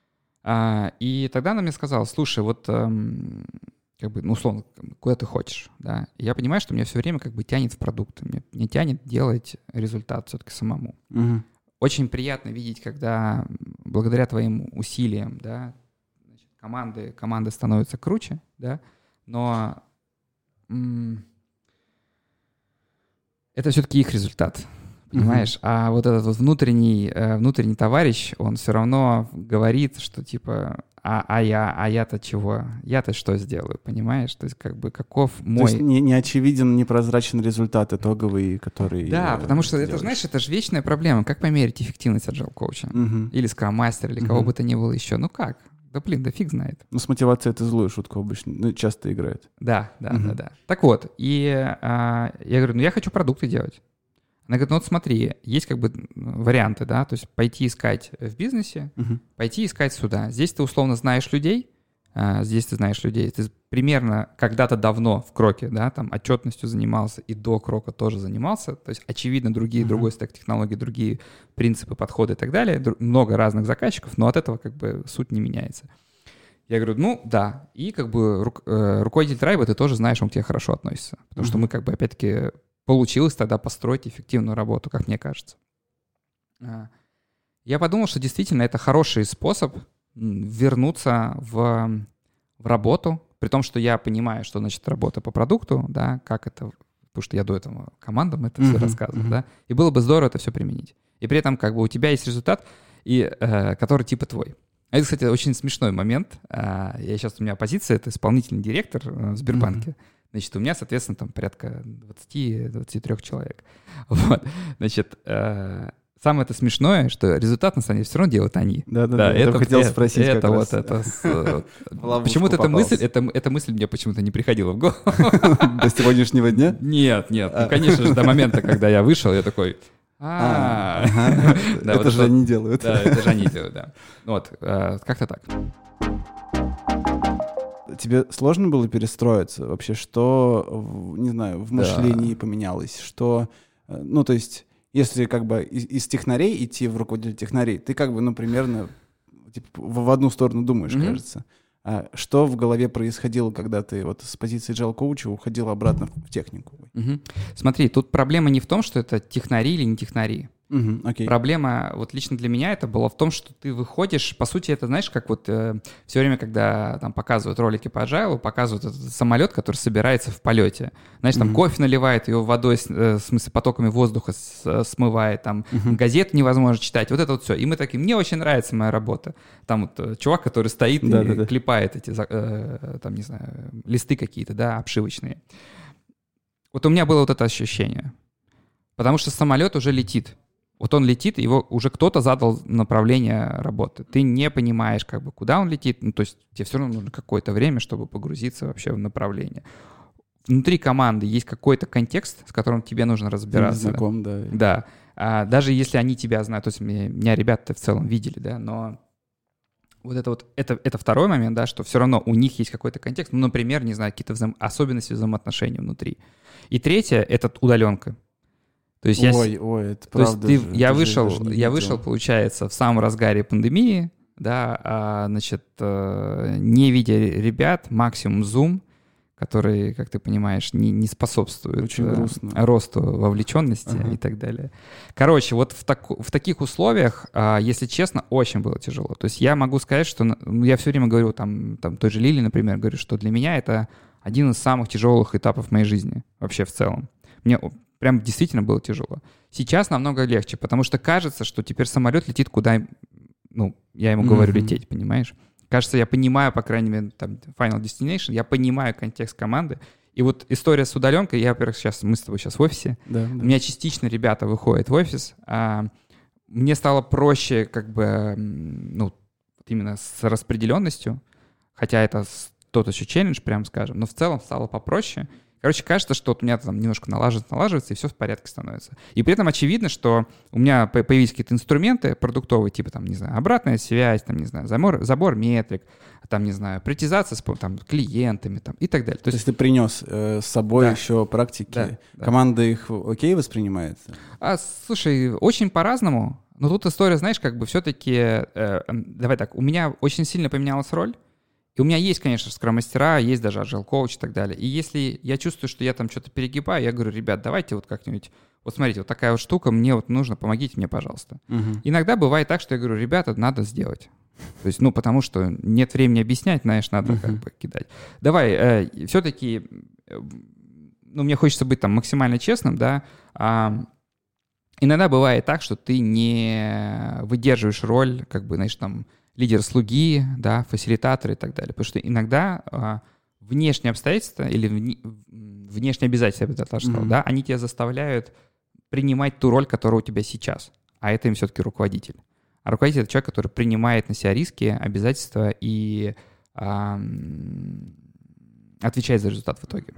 И тогда она мне сказала, слушай, вот... как бы, ну, условно, куда ты хочешь, да. И я понимаю, что меня все время как бы тянет в продукты, мне тянет делать результат все-таки самому. Очень приятно видеть, когда благодаря твоим усилиям, да, значит, команды становятся круче, да, но это все-таки их результат, понимаешь? А вот этот вот внутренний товарищ, он все равно говорит, что типа... А я-то чего? Я-то что сделаю, понимаешь? То есть как бы каков мой... То есть не очевиден, непрозрачен результат итоговый, который... Да, потому что это, знаешь, это же вечная проблема. Как померить эффективность agile-коуча? Или скрам-мастера, или кого бы то ни было еще. Ну как? Да блин, да фиг знает. Ну с мотивацией это злую шутку обычно, часто играет. Да. Так вот, и я говорю, ну я хочу продукты делать. Она говорит, ну вот смотри, есть как бы варианты, да, то есть пойти искать в бизнесе, пойти искать сюда. Здесь ты условно знаешь людей, ты примерно когда-то давно в Кроке, да, там отчетностью занимался и до Крока тоже занимался, то есть очевидно другой стек технологий, другие принципы, подходы и так далее, много разных заказчиков, но от этого как бы суть не меняется. Я говорю, ну да, и как бы руководитель Трайба, ты тоже знаешь, он к тебе хорошо относится, потому что мы как бы опять-таки... Получилось тогда построить эффективную работу, как мне кажется. Я подумал, что действительно это хороший способ вернуться в работу, при том, что я понимаю, что значит работа по продукту, да, как это, потому что я до этого командам это все рассказывал, да, и было бы здорово это все применить. И при этом как бы у тебя есть результат, который типа твой. А это, кстати, очень смешной момент. У меня позиция — это исполнительный директор в Сбербанке. Значит, у меня, соответственно, там порядка 20-23 человек. Вот. Значит, самое это смешное, что результат, на самом деле, все равно делают они. Да, я хотел спросить как раз. Почему-то эта мысль мне почему-то не приходила в голову. До сегодняшнего дня? Нет. Ну, конечно же, до момента, когда я вышел, я такой... Это же они делают. Да, это же они делают, да. Вот, как-то так. Тебе сложно было перестроиться? Вообще, что, не знаю, в мышлении поменялось? Что, ну, то есть, если как бы из технарей идти в руководителя технарей, ты как бы, ну, примерно типа, в одну сторону думаешь, кажется. Что в голове происходило, когда ты вот с позиции agile коуча уходил обратно в технику? Смотри, тут проблема не в том, что это технари или не технари. Окей. Проблема, вот лично для меня это была в том, что ты выходишь, по сути, это, знаешь, как вот все время, когда там показывают ролики по agile, показывают этот самолет, который собирается в полете. Знаешь, там кофе наливает, его водой, в смысле, потоками воздуха смывает, там газету невозможно читать, вот это вот все. И мы такие, мне очень нравится моя работа. Там вот чувак, который стоит и клепает эти, там, не знаю, листы какие-то, да, обшивочные. Вот у меня было вот это ощущение. Потому что самолет уже летит. Вот он летит, его уже кто-то задал направление работы. Ты не понимаешь, как бы, куда он летит. Ну, то есть тебе все равно нужно какое-то время, чтобы погрузиться вообще в направление. Внутри команды есть какой-то контекст, с которым тебе нужно разбираться. Ты знаком, да. Да. Даже если они тебя знают, то есть меня ребята в целом видели, да, но вот это второй момент, да, что все равно у них есть какой-то контекст. Ну, например, не знаю, какие-то особенности взаимоотношений внутри. И третье — это удаленка. То есть это правда. Я вышел, получается, в самом разгаре пандемии, да, значит, не видя ребят, максимум Zoom, который, как ты понимаешь, не способствует росту вовлеченности и так далее. Короче, вот в таких условиях, если честно, очень было тяжело. То есть я могу сказать, что я все время говорю, там той же Лиле, например, говорю, что для меня это один из самых тяжелых этапов моей жизни вообще в целом. Мне прям действительно было тяжело. Сейчас намного легче, потому что кажется, что теперь самолет летит куда, я ему говорю лететь, понимаешь? Кажется, я понимаю, по крайней мере, там, Final Destination, я понимаю контекст команды. И вот история с удаленкой, во-первых, мы с тобой сейчас в офисе, у меня частично ребята выходят в офис, мне стало проще, как бы, именно с распределенностью, хотя это тот еще челлендж, прям скажем, но в целом стало попроще. Короче, кажется, что вот у меня там немножко налаживается, и все в порядке становится. И при этом очевидно, что у меня появились какие-то инструменты продуктовые, типа, там, не знаю, обратная связь, там, не знаю, забор метрик, там, не знаю, приоритизация с там, клиентами там, и так далее. То есть ты принес с собой еще практики. Да. Команда их окей воспринимает? Слушай, очень по-разному. Но тут история, знаешь, как бы все-таки... давай так, у меня очень сильно поменялась роль. И у меня есть, конечно, скрам-мастера, есть даже agile коуч и так далее. И если я чувствую, что я там что-то перегибаю, я говорю, ребят, давайте вот как-нибудь, вот смотрите, вот такая вот штука, мне вот нужно, помогите мне, пожалуйста. Иногда бывает так, что я говорю, ребята, надо сделать. То есть, потому что нет времени объяснять, знаешь, надо как бы кидать. Давай, все-таки, мне хочется быть там максимально честным, да, иногда бывает так, что ты не выдерживаешь роль, как бы, знаешь, там, лидер-слуги, да, фасилитаторы и так далее. Потому что иногда внешние обстоятельства или внешние обязательства, я бы даже сказал, да, они тебя заставляют принимать ту роль, которая у тебя сейчас. А это им все-таки руководитель. А руководитель — это человек, который принимает на себя риски, обязательства и отвечает за результат в итоге.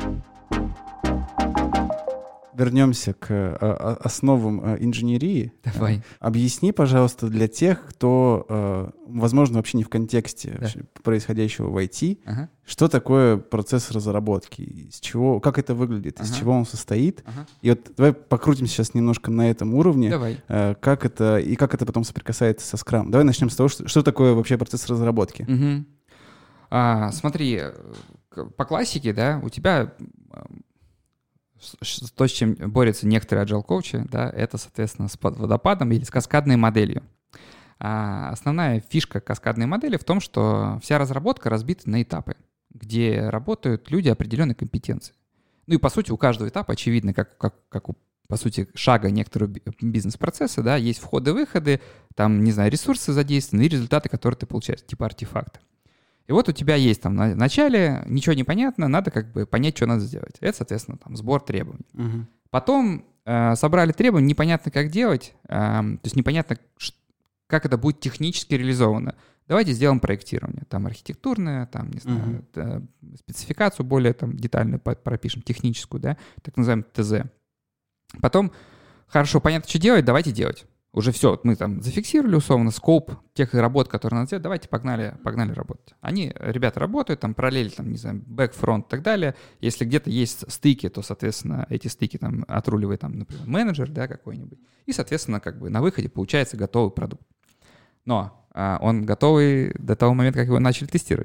Вернемся к основам инженерии. Давай. Объясни, пожалуйста, для тех, кто, возможно, вообще не в контексте происходящего в IT, что такое процесс разработки, из чего, как это выглядит, из чего он состоит. И вот давай покрутим сейчас немножко на этом уровне, как это потом соприкасается со Scrum. Давай начнем с того, что такое вообще процесс разработки. Смотри, по классике, да, у тебя... То, с чем борются некоторые agile коучи, да, это, соответственно, с водопадом или с каскадной моделью. Основная фишка каскадной модели в том, что вся разработка разбита на этапы, где работают люди определенной компетенции. И, по сути, у каждого этапа очевидно, как у, по сути, шага некоторого бизнес-процесса, да, есть входы-выходы, там, не знаю, ресурсы задействованы и результаты, которые ты получаешь, типа артефакты. И вот у тебя есть там в начале ничего не понятно, надо как бы понять, что надо сделать. Это, соответственно, там сбор требований. Потом собрали требования, непонятно, как делать, то есть непонятно, как это будет технически реализовано. Давайте сделаем проектирование, там архитектурное, там, не знаю, спецификацию более там детальную пропишем, техническую, да, так называемый ТЗ. Потом, хорошо, понятно, что делать, давайте делать. Уже все, мы там зафиксировали условно скоп тех работ, которые надо сделать, давайте погнали работать. Ребята работают, там параллель, там, не знаю, бэк-фронт и так далее. Если где-то есть стыки, то, соответственно, эти стыки там отруливает, там, например, менеджер, да, какой-нибудь. И, соответственно, как бы на выходе получается готовый продукт. Но он готовый до того момента, как его начали тестировать.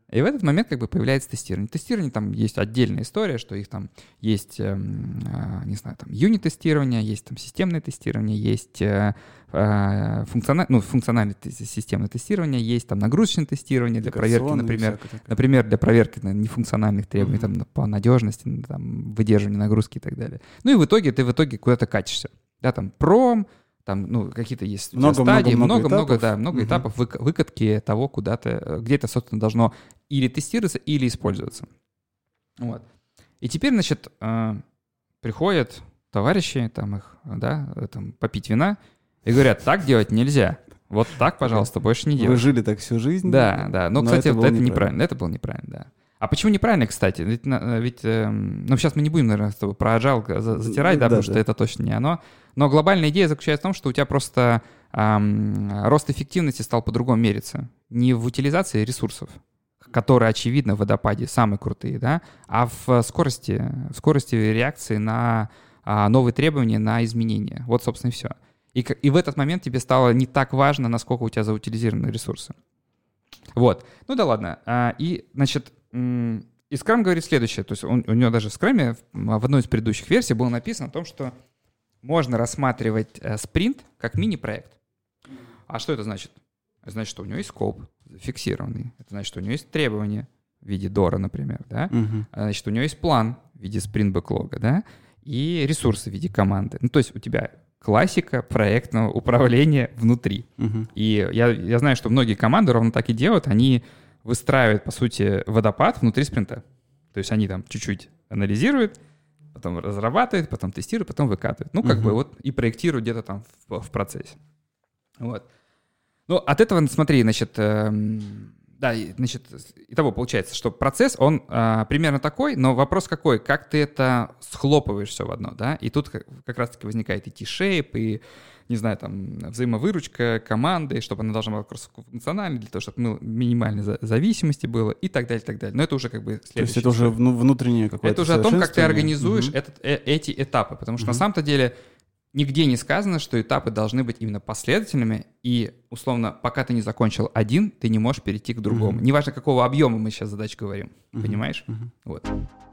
И в этот момент как бы появляется тестирование. Тестирование там есть отдельная история, что их там есть, не знаю, там юнит-тестирование, есть там системное тестирование, есть функциональное системное тестирование, есть там нагрузочное тестирование для проверки, например, для проверки нефункциональных требований там, по надежности, там, выдерживанию нагрузки и так далее. Ну и в итоге ты куда-то катишься. Да, там там, какие-то есть стадии, много этапов выкатки того, где это, собственно, должно или тестироваться, или использоваться. Вот. И теперь, значит, приходят товарищи, там их, попить вина, и говорят, так делать нельзя. Вот так, пожалуйста, больше не делай. Вы жили так всю жизнь? Да. Но кстати, это неправильно. Это было неправильно, да. А почему неправильно, кстати? Ведь сейчас мы не будем, наверное, с тобой про agile затирать, потому что это точно не оно. Но глобальная идея заключается в том, что у тебя просто рост эффективности стал по-другому мериться. Не в утилизации ресурсов, которые, очевидно, в водопаде самые крутые, да, а в скорости реакции на новые требования, на изменения. Вот, собственно, и все. И в этот момент тебе стало не так важно, насколько у тебя заутилизированы ресурсы. Вот. Ну да ладно. И, значит, и Scrum говорит следующее. То есть у него даже в Scrum в одной из предыдущих версий было написано о том, что можно рассматривать спринт как мини-проект. А что это значит? Это значит, что у него есть скоп фиксированный. Это значит, что у него есть требования в виде DORA, например, да? Значит, у него есть план в виде спринт-бэклога, да? И ресурсы в виде команды. Ну, то есть у тебя классика проектного управления внутри. И я знаю, что многие команды ровно так и делают. Они выстраивают, по сути, водопад внутри спринта. То есть они там чуть-чуть анализируют, потом разрабатывают, потом тестируют, потом выкатывают. Ну, как бы вот и проектируют где-то там в процессе. Вот. Ну, от этого, смотри, значит, итого получается, что процесс, он примерно такой, но вопрос какой? Как ты это схлопываешь все в одно, да? И тут как раз-таки возникает и T-shape, и, не знаю, там, взаимовыручка команды, чтобы она должна была функциональной, для того, чтобы минимальной зависимости было, и так далее, и так далее. Но это уже как бы следующее. То есть это уже внутреннее какое-то это уже о том, как ты организуешь эти этапы, потому что на самом-то деле нигде не сказано, что этапы должны быть именно последовательными, и, условно, пока ты не закончил один, ты не можешь перейти к другому. Неважно, какого объема мы сейчас задач говорим. Понимаешь? Вот.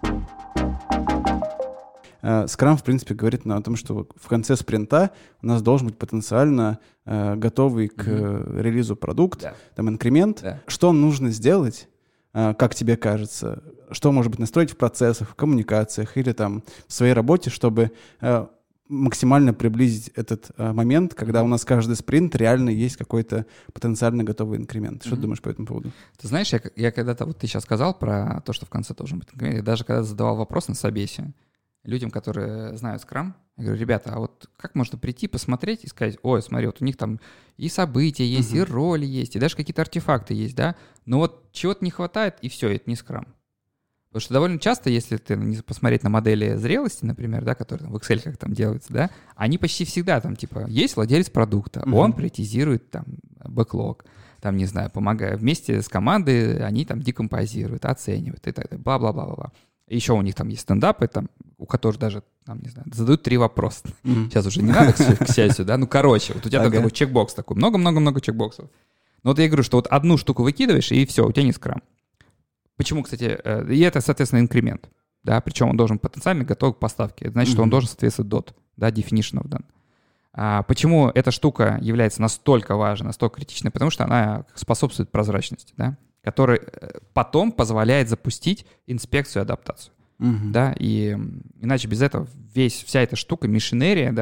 Scrum, в принципе, говорит о том, что в конце спринта у нас должен быть потенциально готовый к релизу продукт, там инкремент. Что нужно сделать, как тебе кажется, что, может быть, настроить в процессах, в коммуникациях или там в своей работе, чтобы максимально приблизить этот момент, когда у нас каждый спринт реально есть какой-то потенциально готовый инкремент. Что ты думаешь по этому поводу? Ты знаешь, я когда-то, вот ты сейчас сказал про то, что в конце должен быть инкремент, я даже когда задавал вопрос на собесе людям, которые знают Scrum, я говорю, ребята, а вот как можно прийти, посмотреть и сказать, ой, смотри, вот у них там и события есть, и роли есть, и даже какие-то артефакты есть, да, но вот чего-то не хватает, и все, это не Scrum. Потому что довольно часто, если ты посмотреть на модели зрелости, например, да, которые там в Excel как там делаются, да, они почти всегда там, типа, есть владелец продукта, он приоритизирует там бэклог, там, не знаю, помогая вместе с командой, они там декомпозируют, оценивают и так далее, бла-бла-бла-бла. Еще у них там есть стендапы, там, у которых даже, там, не знаю, задают 3 вопроса. Сейчас уже не надо, к счастью, да, ну, короче, вот у тебя там такой чекбокс такой, много-много-много чекбоксов. Но вот я говорю, что вот одну штуку выкидываешь, и все, у тебя не скрам. Почему, кстати, и это, соответственно, инкремент, да, причем он должен потенциально готов к поставке. Это значит, что он должен соответствовать DOT, да, definition of done. Почему эта штука является настолько важной, настолько критичной? Потому что она способствует прозрачности, да, которая потом позволяет запустить инспекцию и адаптацию. Да, и иначе без этого вся эта штука, машинерия,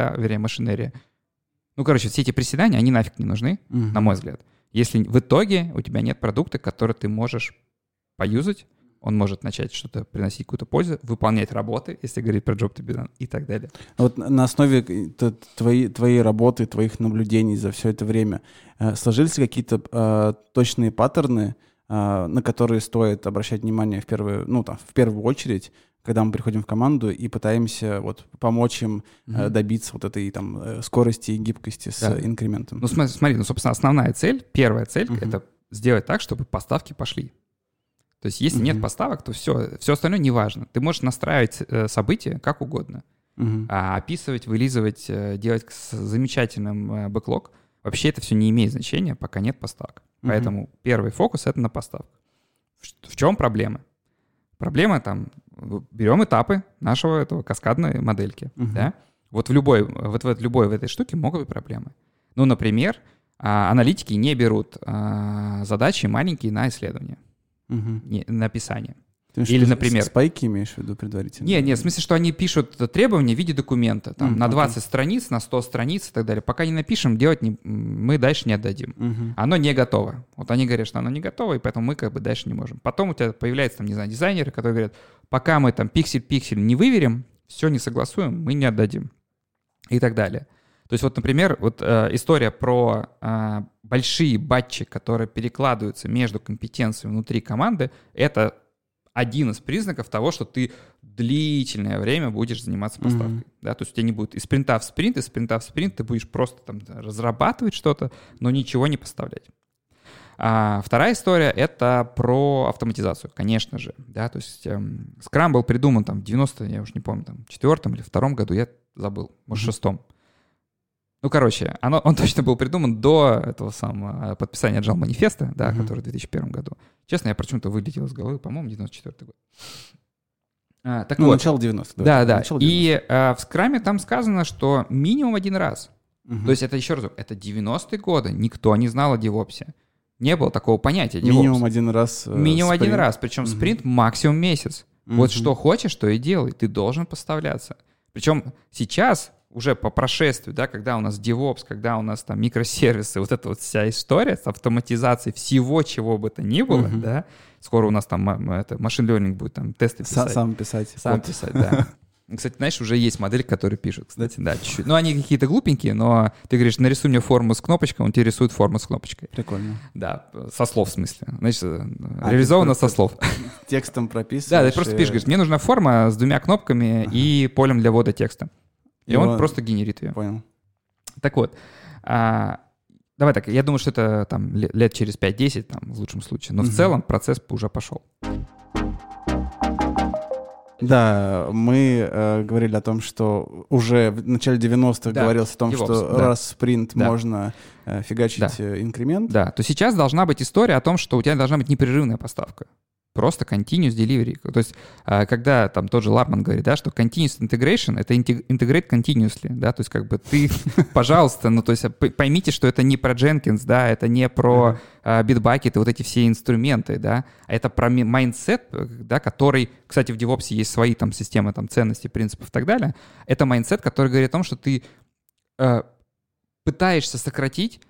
ну, короче, все эти приседания, они нафиг не нужны, на мой взгляд. Если в итоге у тебя нет продукта, который ты можешь поюзать, он может начать что-то приносить какую-то пользу, выполнять работы, если говорить про job to be done и так далее. Вот на основе твоей работы, твоих наблюдений за все это время сложились какие-то точные паттерны, на которые стоит обращать внимание в первую очередь, когда мы приходим в команду и пытаемся вот помочь им добиться вот этой там скорости и гибкости с инкрементом? Ну смотри, собственно, основная цель, первая цель — это сделать так, чтобы поставки пошли. То есть если нет поставок, то все остальное не важно. Ты можешь настраивать события как угодно. Описывать, вылизывать, делать замечательным бэклог. Вообще это все не имеет значения, пока нет поставок. Поэтому первый фокус — это на поставках. В чем проблема? Проблема там, берем этапы нашего этого каскадной модельки, да? Вот в любой в этой штуке могут быть проблемы. Ну, например, аналитики не берут задачи маленькие на исследование, на описание. Или, например... Спайки имеешь в виду предварительно? Нет, в смысле, что они пишут требования в виде документа, там, на 20 страниц, на 100 страниц и так далее. Пока не напишем, мы дальше не отдадим. Оно не готово. Вот они говорят, что оно не готово, и поэтому мы как бы дальше не можем. Потом у тебя появляются, там, не знаю, дизайнеры, которые говорят, пока мы там пиксель не выверим, все не согласуем, мы не отдадим. И так далее. То есть вот, например, история про большие батчи, которые перекладываются между компетенциями внутри команды, это один из признаков того, что ты длительное время будешь заниматься поставкой. Да? То есть у тебя не будет из спринта в спринт, ты будешь просто там разрабатывать что-то, но ничего не поставлять. Вторая история — это про автоматизацию, конечно же. Да? То есть Scrum был придуман там, в 90-м, я уж не помню, там, 4-м или 2-м году, я забыл, может, 6-м. Ну, короче, он точно был придуман до этого самого подписания Agile манифеста, да, который в 2001 году. Честно, я почему-то вылетел из головы, по-моему, 94-й год. Начало 90-х. Да. И в скраме там сказано, что минимум один раз. То есть это, еще раз, это 90-е годы, никто не знал о DevOps. Не было такого понятия DevOps. Минимум один раз. Минимум один раз, причем спринт максимум месяц. Вот что хочешь, то и делай, ты должен поставляться. Причем сейчас... уже по прошествию, да, когда у нас DevOps, когда у нас там микросервисы, вот эта вот вся история с автоматизацией всего, чего бы то ни было, да, скоро у нас там машин learning будет там тесты писать. Сам писать, да. Кстати, знаешь, уже есть модели, которые пишут, кстати, да, чуть-чуть. Ну, они какие-то глупенькие, но ты говоришь, нарисуй мне форму с кнопочкой, он тебе рисует форму с кнопочкой. Прикольно. Да, со слов в смысле. Значит, реализовано со слов. Текстом прописываешь. Да, ты просто пишешь, говоришь, мне нужна форма с 2 кнопками и полем для ввода текста. И он просто генерит ее. Понял. Так вот, давай так, я думаю, что это там лет через 5-10, там, в лучшем случае. Но в целом процесс уже пошел. Да, мы говорили о том, что уже в начале 90-х говорилось о том, DevOps, что раз в спринт можно фигачить инкремент. Да, то сейчас должна быть история о том, что у тебя должна быть непрерывная поставка. Просто continuous delivery. То есть, когда там тот же Лапман говорит, да, что continuous integration — это integrate continuously, да, то есть как бы ты, пожалуйста, ну то есть поймите, что это не про Jenkins, да, это не про Bitbucket и вот эти все инструменты, да, а это про mindset, да, который, кстати, в DevOps есть свои там системы там ценностей, принципов и так далее. Это mindset, который говорит о том, что ты пытаешься сократить,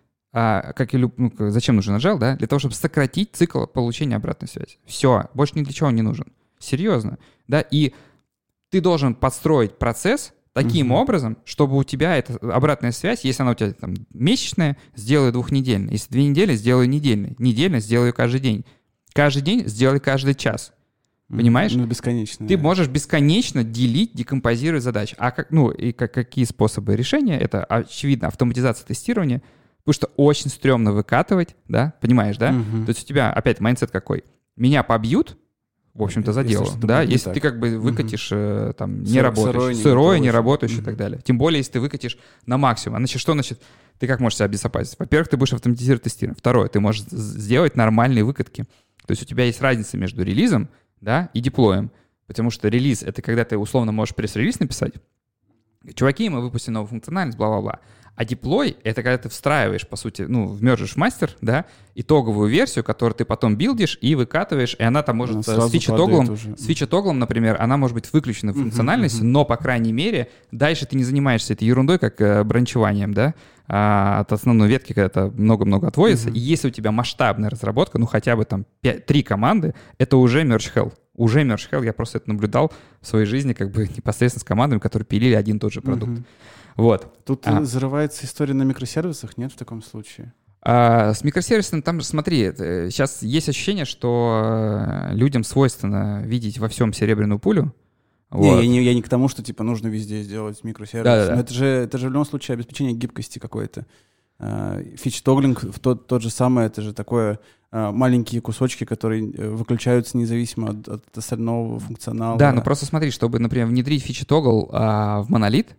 зачем нужен Agile, да? Для того, чтобы сократить цикл получения обратной связи. Все, больше ни для чего он не нужен. Серьезно. Да? И ты должен подстроить процесс таким образом, чтобы у тебя эта обратная связь, если она у тебя там месячная, сделай 2-недельной. Если 2 недели, сделай недельной. Недельно сделай каждый день. Каждый день сделай каждый час. Понимаешь? Ну, бесконечно. Ты можешь бесконечно делить, декомпозировать задачи. Какие способы решения? Это, очевидно, автоматизация тестирования. Потому что очень стрёмно выкатывать, да, понимаешь, да? То есть у тебя опять майндсет какой? Меня побьют, в общем-то, за дело, да? Если ты как бы выкатишь, там, не работаешь, сырой, не работающий и так далее. Тем более, если ты выкатишь на максимум. А значит, что значит? Ты как можешь себя обезопасить? Во-первых, ты будешь автоматизировать тестирование. Второе, ты можешь сделать нормальные выкатки. То есть у тебя есть разница между релизом, да, и деплоем. Потому что релиз — это когда ты условно можешь пресс-релиз написать. Чуваки, мы выпустили новую функциональность, бла-бла-бла. А деплой — это когда ты встраиваешь, по сути, вмержишь в мастер, да, итоговую версию, которую ты потом билдишь и выкатываешь, и она там может с фича-тоглом, например, она может быть выключена в функциональности, но, по крайней мере, дальше ты не занимаешься этой ерундой, как бранчеванием, да, от основной ветки, когда это много-много отводится. И если у тебя масштабная разработка, хотя бы там 3 команды, это уже merge hell. Уже merge hell, я просто это наблюдал в своей жизни как бы непосредственно с командами, которые пилили один и тот же продукт. Вот. Тут взрывается история на микросервисах, нет в таком случае? С микросервисом там, смотри, сейчас есть ощущение, что людям свойственно видеть во всем серебряную пулю. Вот. Я не к тому, что типа нужно везде сделать микросервис. Да. Но это же в любом случае обеспечение гибкости какой-то. Фич-тоглинг тот же самый, это же такое маленькие кусочки, которые выключаются независимо от остального функционала. Да, но просто смотри, чтобы, например, внедрить фич-тогл в монолит,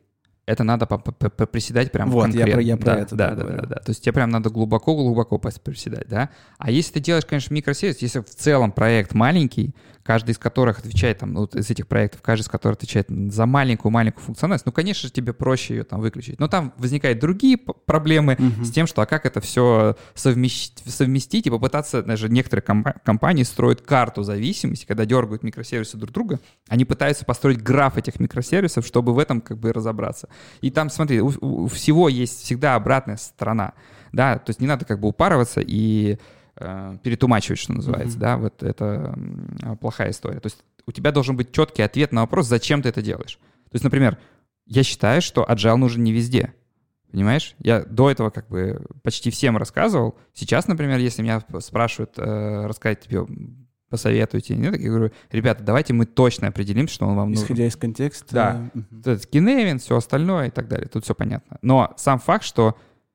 это надо приседать прям конкретно. Вот, я про это говорю. Да. То есть тебе прям надо глубоко приседать, да. А если ты делаешь, конечно, микросервис, если в целом проект маленький, каждый из которых отвечает, там, вот из этих проектов, каждый из которых отвечает за маленькую функциональность, ну, конечно же, тебе проще ее там выключить. Но там возникают другие проблемы с тем, что как это все совместить и попытаться, даже некоторые компании строят карту зависимости, когда дергают микросервисы друг друга, они пытаются построить граф этих микросервисов, чтобы в этом как бы разобраться. И там, смотри, у всего есть всегда обратная сторона, да, то есть не надо как бы упарываться и перетумачивать, что называется, да, вот это плохая история. То есть у тебя должен быть четкий ответ на вопрос, зачем ты это делаешь. То есть, например, я считаю, что agile нужен не везде, понимаешь? Я до этого как бы почти всем рассказывал. Сейчас, например, если меня спрашивают рассказать тебе, посоветуйте, нет, я говорю, ребята, давайте мы точно определим, что он вам нужен. Исходя из контекста. Да, Kinevin, все остальное и так далее, тут все понятно. Но сам факт, что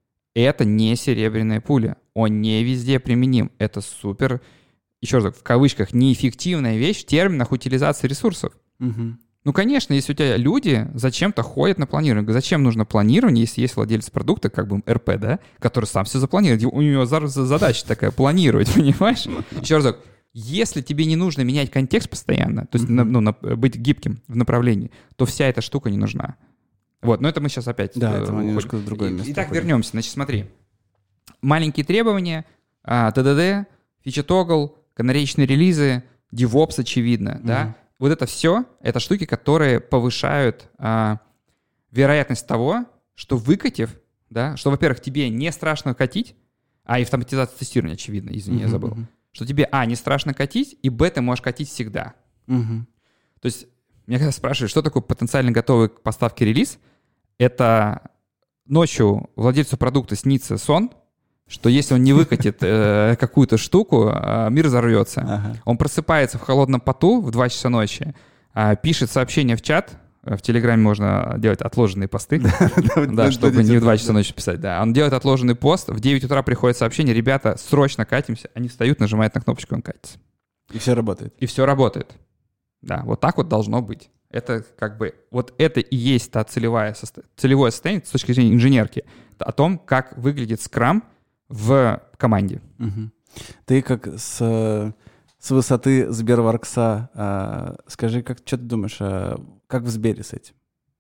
это не серебряная пуля, он не везде применим. Это супер, еще раз, в кавычках, неэффективная вещь в терминах утилизации ресурсов. Ну, конечно, если у тебя люди зачем-то ходят на планирование. Зачем нужно планирование, если есть владелец продукта, как бы РП, да, который сам все запланирует. У него задача такая планировать, понимаешь? Еще разок. Если тебе не нужно менять контекст постоянно, то есть быть гибким в направлении, то вся эта штука не нужна. Вот, но это мы сейчас опять... Да, это немножко в другое место. Итак, вернемся. Значит, смотри. Маленькие требования, ТДД, фича-тогл, канареечные релизы, DevOps, очевидно, да? Вот это все, это штуки, которые повышают вероятность того, что выкатив, да, что, во-первых, тебе не страшно катить, и автоматизация тестирования, очевидно, извини, я забыл, что тебе, не страшно катить, и, ты можешь катить всегда. То есть меня когда спрашивают, что такое потенциально готовый к поставке релиз, это ночью владельцу продукта снится сон, что если он не выкатит какую-то штуку, мир взорвется. Он просыпается в холодном поту в 2 часа ночи, пишет сообщение в чат, в Телеграме можно делать отложенные посты, чтобы не в 2 часа ночи писать. Да. Он делает отложенный пост, в 9 утра приходит сообщение, ребята, срочно катимся, они встают, нажимают на кнопочку, он катится. И все работает. И все работает. Да, вот так вот должно быть. Это как бы, вот это и есть та целевое состояние с точки зрения инженерки, о том, как выглядит скрам в команде. Ты как с высоты Сберворкса, скажи, что ты думаешь, как в Сбере с этим?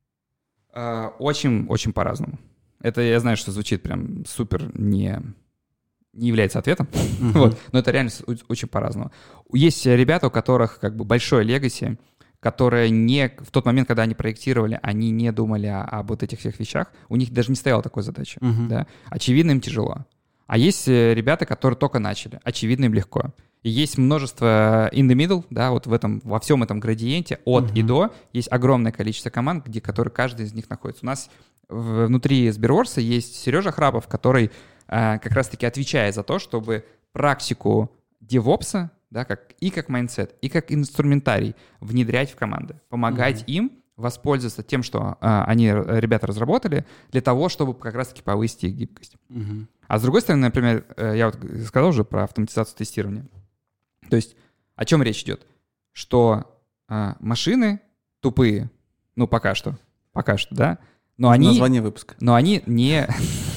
Очень, очень по-разному. Это я знаю, что звучит прям супер не является ответом, вот, но это реально очень по-разному. Есть ребята, у которых как бы большое легаси, которые в тот момент, когда они проектировали, они не думали об вот этих всех вещах, у них даже не стояла такой задачи. Да? Очевидно, им тяжело. А есть ребята, которые только начали, очевидно, им легко. И есть множество in the middle, да, вот во всем этом градиенте от и до есть огромное количество команд, которые каждый из них находится. У нас внутри Сберворса есть Сережа Храпов, который как раз-таки отвечает за то, чтобы практику DevOps, да, как майндсет, и как инструментарий внедрять в команды, помогать им воспользоваться тем, что ребята разработали, для того, чтобы как раз-таки повысить их гибкость. А с другой стороны, например, я вот сказал уже про автоматизацию тестирования. То есть о чем речь идет? Что машины тупые, ну пока что, да, но они... Название выпуска. Но они не...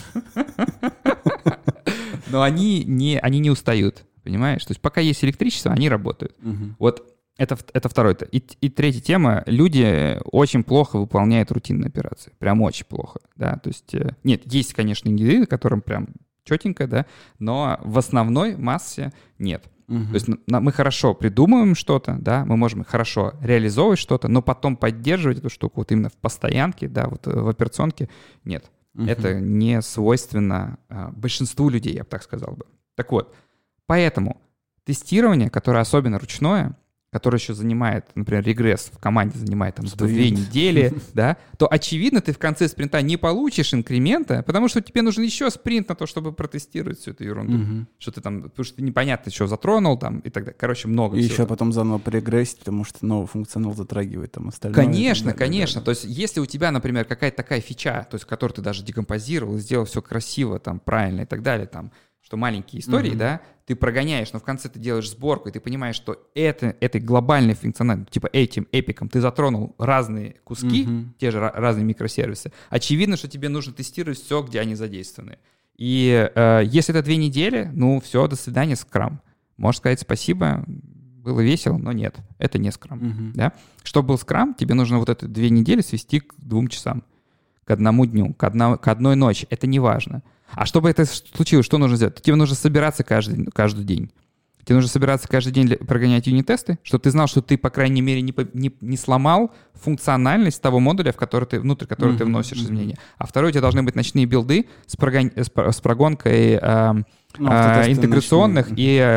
Но они не устают, понимаешь? То есть пока есть электричество, они работают. Вот это второе. И третья тема. Люди очень плохо выполняют рутинные операции. Прям очень плохо, да. То есть нет, есть, конечно, индивиды, которым прям четенько, да, но в основной массе нет. То есть мы хорошо придумываем что-то, да, мы можем хорошо реализовывать что-то, но потом поддерживать эту штуку вот именно в постоянке, да, вот в операционке нет. Это не свойственно большинству людей, я бы так сказал бы. Так вот, поэтому тестирование, которое особенно ручное, которое еще занимает, например, регресс в команде занимает там 2 недели, да, то, очевидно, ты в конце спринта не получишь инкремента, потому что тебе нужен еще спринт на то, чтобы протестировать всю эту ерунду. Что ты там, потому что ты непонятно, что затронул там и так далее. Короче, много и всего. еще потом заново прегрессить, потому что новый функционал затрагивает там остальное. Конечно, конечно. То есть если у тебя, например, какая-то такая фича, то есть которую ты даже декомпозировал, сделал все красиво, там, правильно и так далее, там, что маленькие истории, да, ты прогоняешь, но в конце ты делаешь сборку, и ты понимаешь, что этой глобальной функциональностью, типа этим эпиком ты затронул разные куски, те же разные микросервисы. Очевидно, что тебе нужно тестировать все, где они задействованы. И если это 2 недели, ну все, до свидания, скрам. Можешь сказать спасибо, было весело, но нет, это не скрам. Да? Чтобы был скрам, тебе нужно вот эти 2 недели свести к 2 часам, к 1 дню, к одной ночи. Это не важно. А чтобы это случилось, что нужно сделать? Тебе нужно собираться каждый день. Тебе нужно собираться каждый день прогонять юнит-тесты, чтобы ты знал, что ты, по крайней мере, не сломал функциональность того модуля, внутрь которого ты вносишь изменения. А второе, у тебя должны быть ночные билды с прогонкой интеграционных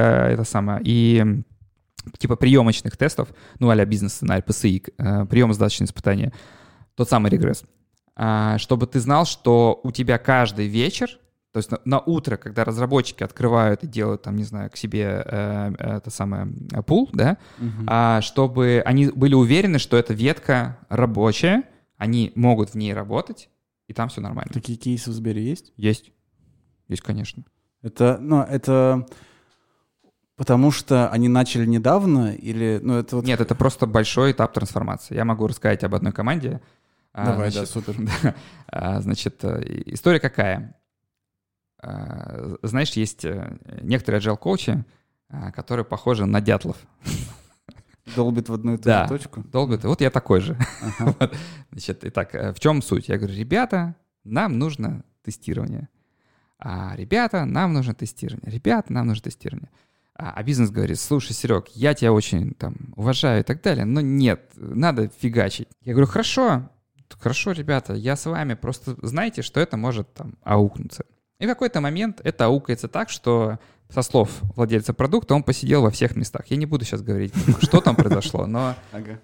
и типа приемочных тестов, ну, а-ля бизнес-сценарий, PSI, приемо-сдаточное испытание, тот самый регресс. Чтобы ты знал, что у тебя каждый вечер, то есть на утро, когда разработчики открывают и делают, там, не знаю, к себе пул, да, чтобы они были уверены, что эта ветка рабочая, они могут в ней работать, и там все нормально. Такие кейсы в Сбере есть? Есть, конечно. Это потому что они начали недавно или... Нет, это просто большой этап трансформации. Я могу рассказать об одной команде. Давай, супер. Значит, история какая? Знаешь, есть некоторые agile-коучи, которые похожи на дятлов. Долбит в одну и ту же точку? Долбит. Вот я такой же. Значит, итак, в чем суть? Я говорю, ребята, нам нужно тестирование. Ребята, нам нужно тестирование. А бизнес говорит, слушай, Серег, я тебя очень уважаю и так далее, но нет, надо фигачить. Я говорю, хорошо, ребята, я с вами, просто знайте, что это может аукнуться. И в какой-то момент это аукается так, что со слов владельца продукта он посидел во всех местах. Я не буду сейчас говорить, что там произошло, но...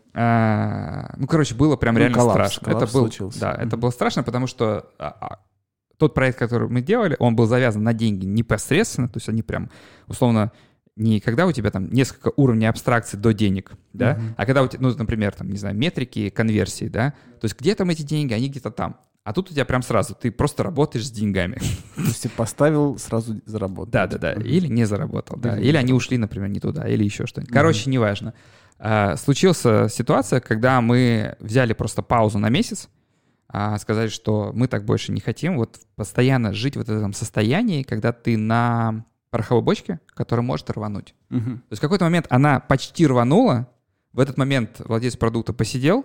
было прям реально страшно. Коллапс случился. Да, это было страшно, потому что тот проект, который мы делали, он был завязан на деньги непосредственно, то есть они прям, условно, не когда у тебя несколько уровней абстракции до денег, да, а когда у тебя, например, метрики, конверсии, да, то есть где там эти деньги, они где-то там. А тут у тебя прям сразу, ты просто работаешь с деньгами. То есть ты поставил, сразу заработал. Да. Или не заработал, да. Или они ушли, например, не туда, или еще что-нибудь. Короче, неважно. Случилась ситуация, когда мы взяли просто паузу на месяц, сказали, что мы так больше не хотим, постоянно жить в этом состоянии, когда ты на пороховой бочке, которая может рвануть. То есть в какой-то момент она почти рванула, в этот момент владелец продукта посидел,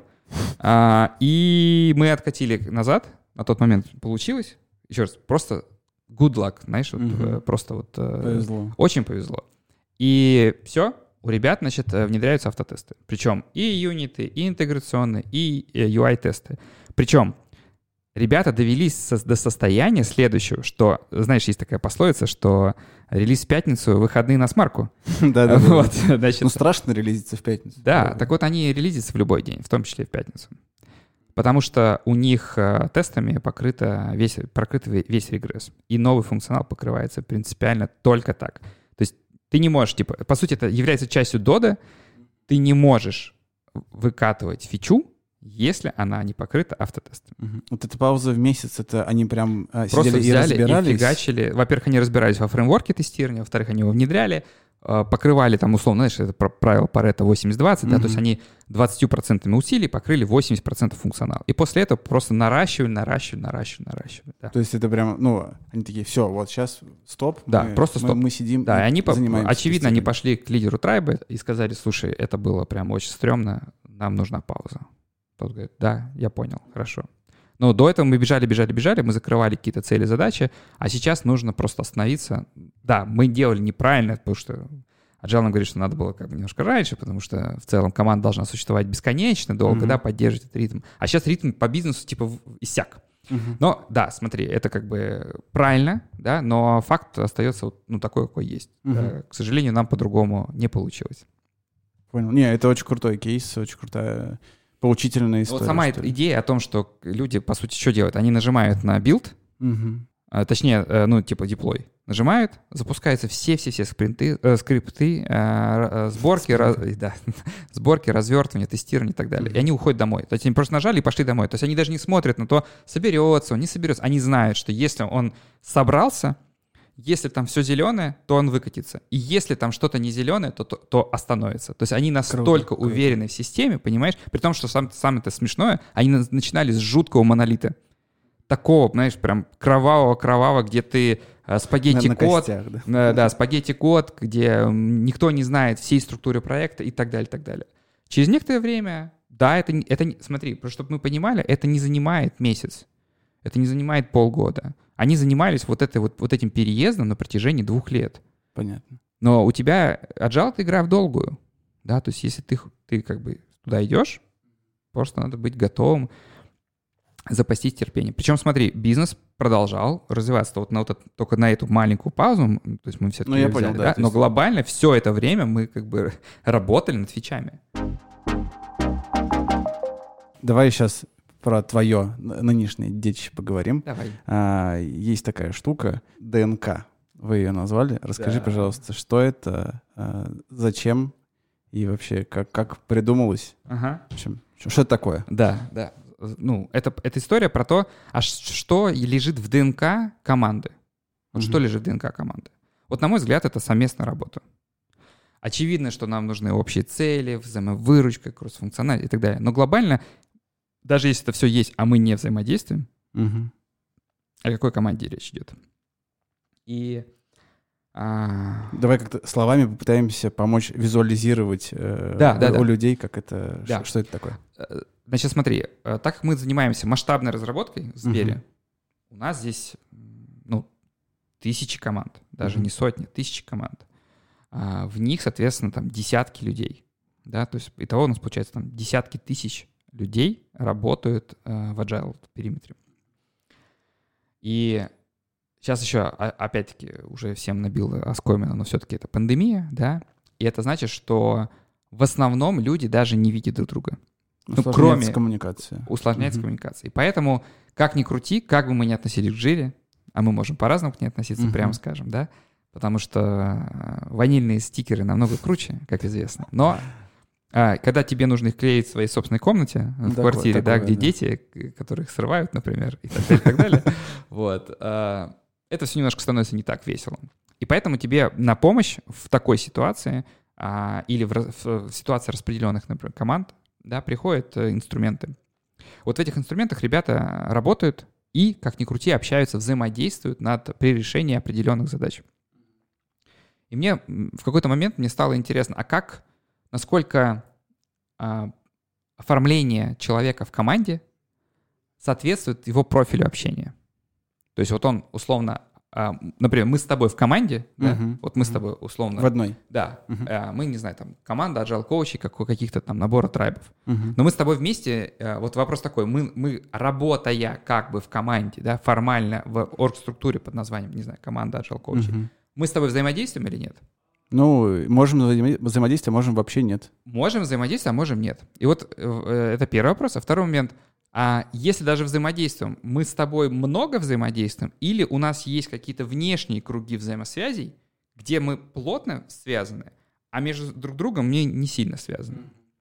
и мы откатили назад, на тот момент получилось. Еще раз, просто good luck, знаешь, просто повезло. Очень повезло. И все, у ребят, внедряются автотесты. Причем и юниты, и интеграционные, и UI-тесты. Причем ребята довелись до состояния следующего, что, знаешь, есть такая пословица, что релиз в пятницу, выходные на смарку. Да. Значит, страшно релизиться в пятницу. Да, так вот они релизятся в любой день, в том числе в пятницу. Потому что у них тестами покрыт весь регресс. И новый функционал покрывается принципиально только так. То есть ты не можешь, по сути, это является частью дода, ты не можешь выкатывать фичу, если она не покрыта автотестом. Вот эта пауза в месяц, это они прям просто сидели и разбирались? И фигачили. Во-первых, они разбирались во фреймворке тестирования, во-вторых, они его внедряли, покрывали условно, знаешь, это правило Парето 80-20, да, то есть они 20% усилий покрыли 80% функционала. И после этого просто наращивали. Да. То есть это прям, они такие, все, вот сейчас стоп. Да, просто стоп. Мы сидим, да, и они занимаемся очевидно, они пошли к лидеру трайба и сказали, слушай, это было прям очень стрёмно, нам нужна пауза. Тот говорит, да, я понял, хорошо. Но до этого мы бежали, мы закрывали какие-то цели, задачи, а сейчас нужно просто остановиться. Да, мы делали неправильно, потому что Agile нам говорит, что надо было немножко раньше, потому что в целом команда должна существовать бесконечно долго, да, поддерживать этот ритм. А сейчас ритм по бизнесу иссяк. Но да, смотри, это правильно, да, но факт остается такой, какой есть. К сожалению, нам по-другому не получилось. Понял. Не, это очень крутой кейс, очень крутая... Поучительная история. Сама идея о том, что люди, по сути, что делают? Они нажимают на билд, точнее, деплой. Нажимают, запускаются все скрипты, сборки, развертывание, тестирование и так далее. И они уходят домой. То есть они просто нажали и пошли домой. То есть они даже не смотрят на то, соберется он, не соберется. Они знают, что если он собрался, если там все зеленое, то он выкатится. И если там что-то не зеленое, то остановится. То есть они настолько уверены в системе, понимаешь? При том, что самое это смешное, они начинали с жуткого монолита. Такого, знаешь, прям кровавого, где ты спагетти-код, да, спагетти-код, где никто не знает всей структуры проекта и так далее, и так далее. Через некоторое время, да, это смотри, просто чтобы мы понимали, это не занимает месяц, это не занимает полгода. Они занимались вот этим переездом на протяжении 2 лет. Понятно. Но у тебя Agile — это игра в долгую, да, то есть если ты как бы туда идешь, просто надо быть готовым запастись терпением. Причем, смотри, бизнес продолжал развиваться только на эту маленькую паузу, то есть мы все-таки я взяли, понял, да? Но глобально все это время мы как бы работали над фичами. Давай сейчас про твое нынешнее детище поговорим. Давай. Есть такая штука, ДНК. Вы ее назвали. Расскажи, пожалуйста, что это, зачем и вообще как придумалось? Ага. В общем, что это такое? Да. Ну, это история про то, что лежит в ДНК команды. Вот что лежит в ДНК команды. Вот, на мой взгляд, это совместная работа. Очевидно, что нам нужны общие цели, взаимовыручка, кроссфункциональность и так далее. Но глобально, даже если это все есть, а мы не взаимодействуем, о какой команде речь идет? И давай как-то словами попытаемся помочь визуализировать у людей, как это, что это такое. Значит, смотри, так как мы занимаемся масштабной разработкой в Сбере, у нас здесь тысячи команд, даже не сотни, тысячи команд. В них, соответственно, там десятки людей. Да? То есть итого у нас получается там десятки тысяч людей работают в Agile периметре. И сейчас еще, опять-таки, уже всем набил оскомину, но все-таки это пандемия, да, и это значит, что в основном люди даже не видят друг друга. Усложняется коммуникация. Усложняется коммуникация. И поэтому, как ни крути, как бы мы ни относились к жире, а мы можем по-разному к ней относиться, прямо скажем, да, потому что ванильные стикеры намного круче, как известно. Но когда тебе нужно их клеить в своей собственной комнате, в квартире, где дети, которых срывают, например, и так далее, вот, это все немножко становится не так весело. И поэтому тебе на помощь в такой ситуации или в ситуации распределенных, например, команд, да, приходят инструменты. Вот в этих инструментах ребята работают и, как ни крути, общаются, взаимодействуют при решении определенных задач. И мне в какой-то момент стало интересно, насколько оформление человека в команде соответствует его профилю общения. То есть вот он условно, например, мы с тобой в команде, да? Вот мы с тобой условно... В одной. Да. Мы, не знаю, там, команда agile коучей, каких-то там набора трайбов. Но мы с тобой вместе, вот вопрос такой, мы работая как бы в команде, да, формально в оргструктуре под названием, не знаю, команда agile коучей, мы с тобой взаимодействуем или нет? Ну, можем взаимодействовать, а можем вообще нет. Можем взаимодействовать, а можем нет. И вот это первый вопрос. А второй момент. А если даже взаимодействуем, мы с тобой много взаимодействуем, или у нас есть какие-то внешние круги взаимосвязей, где мы плотно связаны, а между друг другом мы не сильно связаны.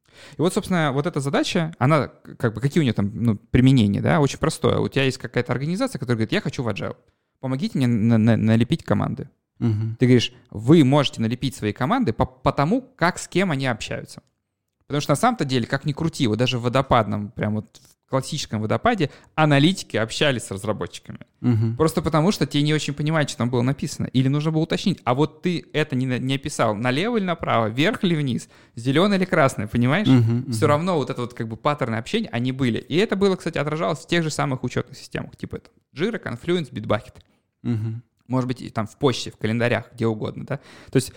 И вот, собственно, вот эта задача, она, как бы, какие у нее там применения, да, очень простое. У тебя есть какая-то организация, которая говорит, я хочу в Agile, помогите мне налепить команды. Ты говоришь, вы можете налепить свои команды по тому, как с кем они общаются. Потому что на самом-то деле, как ни крути, вот даже в водопадном, прям вот в классическом водопаде, аналитики общались с разработчиками. Просто потому, что те не очень понимают, что там было написано. Или нужно было уточнить, а вот ты это не описал, налево или направо, вверх или вниз, зеленое или красное, понимаешь? Все равно вот это вот как бы паттерны общения, они были. И это было, кстати, отражалось в тех же самых учетных системах, типа это Jira, Confluence, Bitbucket. Может быть, и там в почте, в календарях, где угодно, да? То есть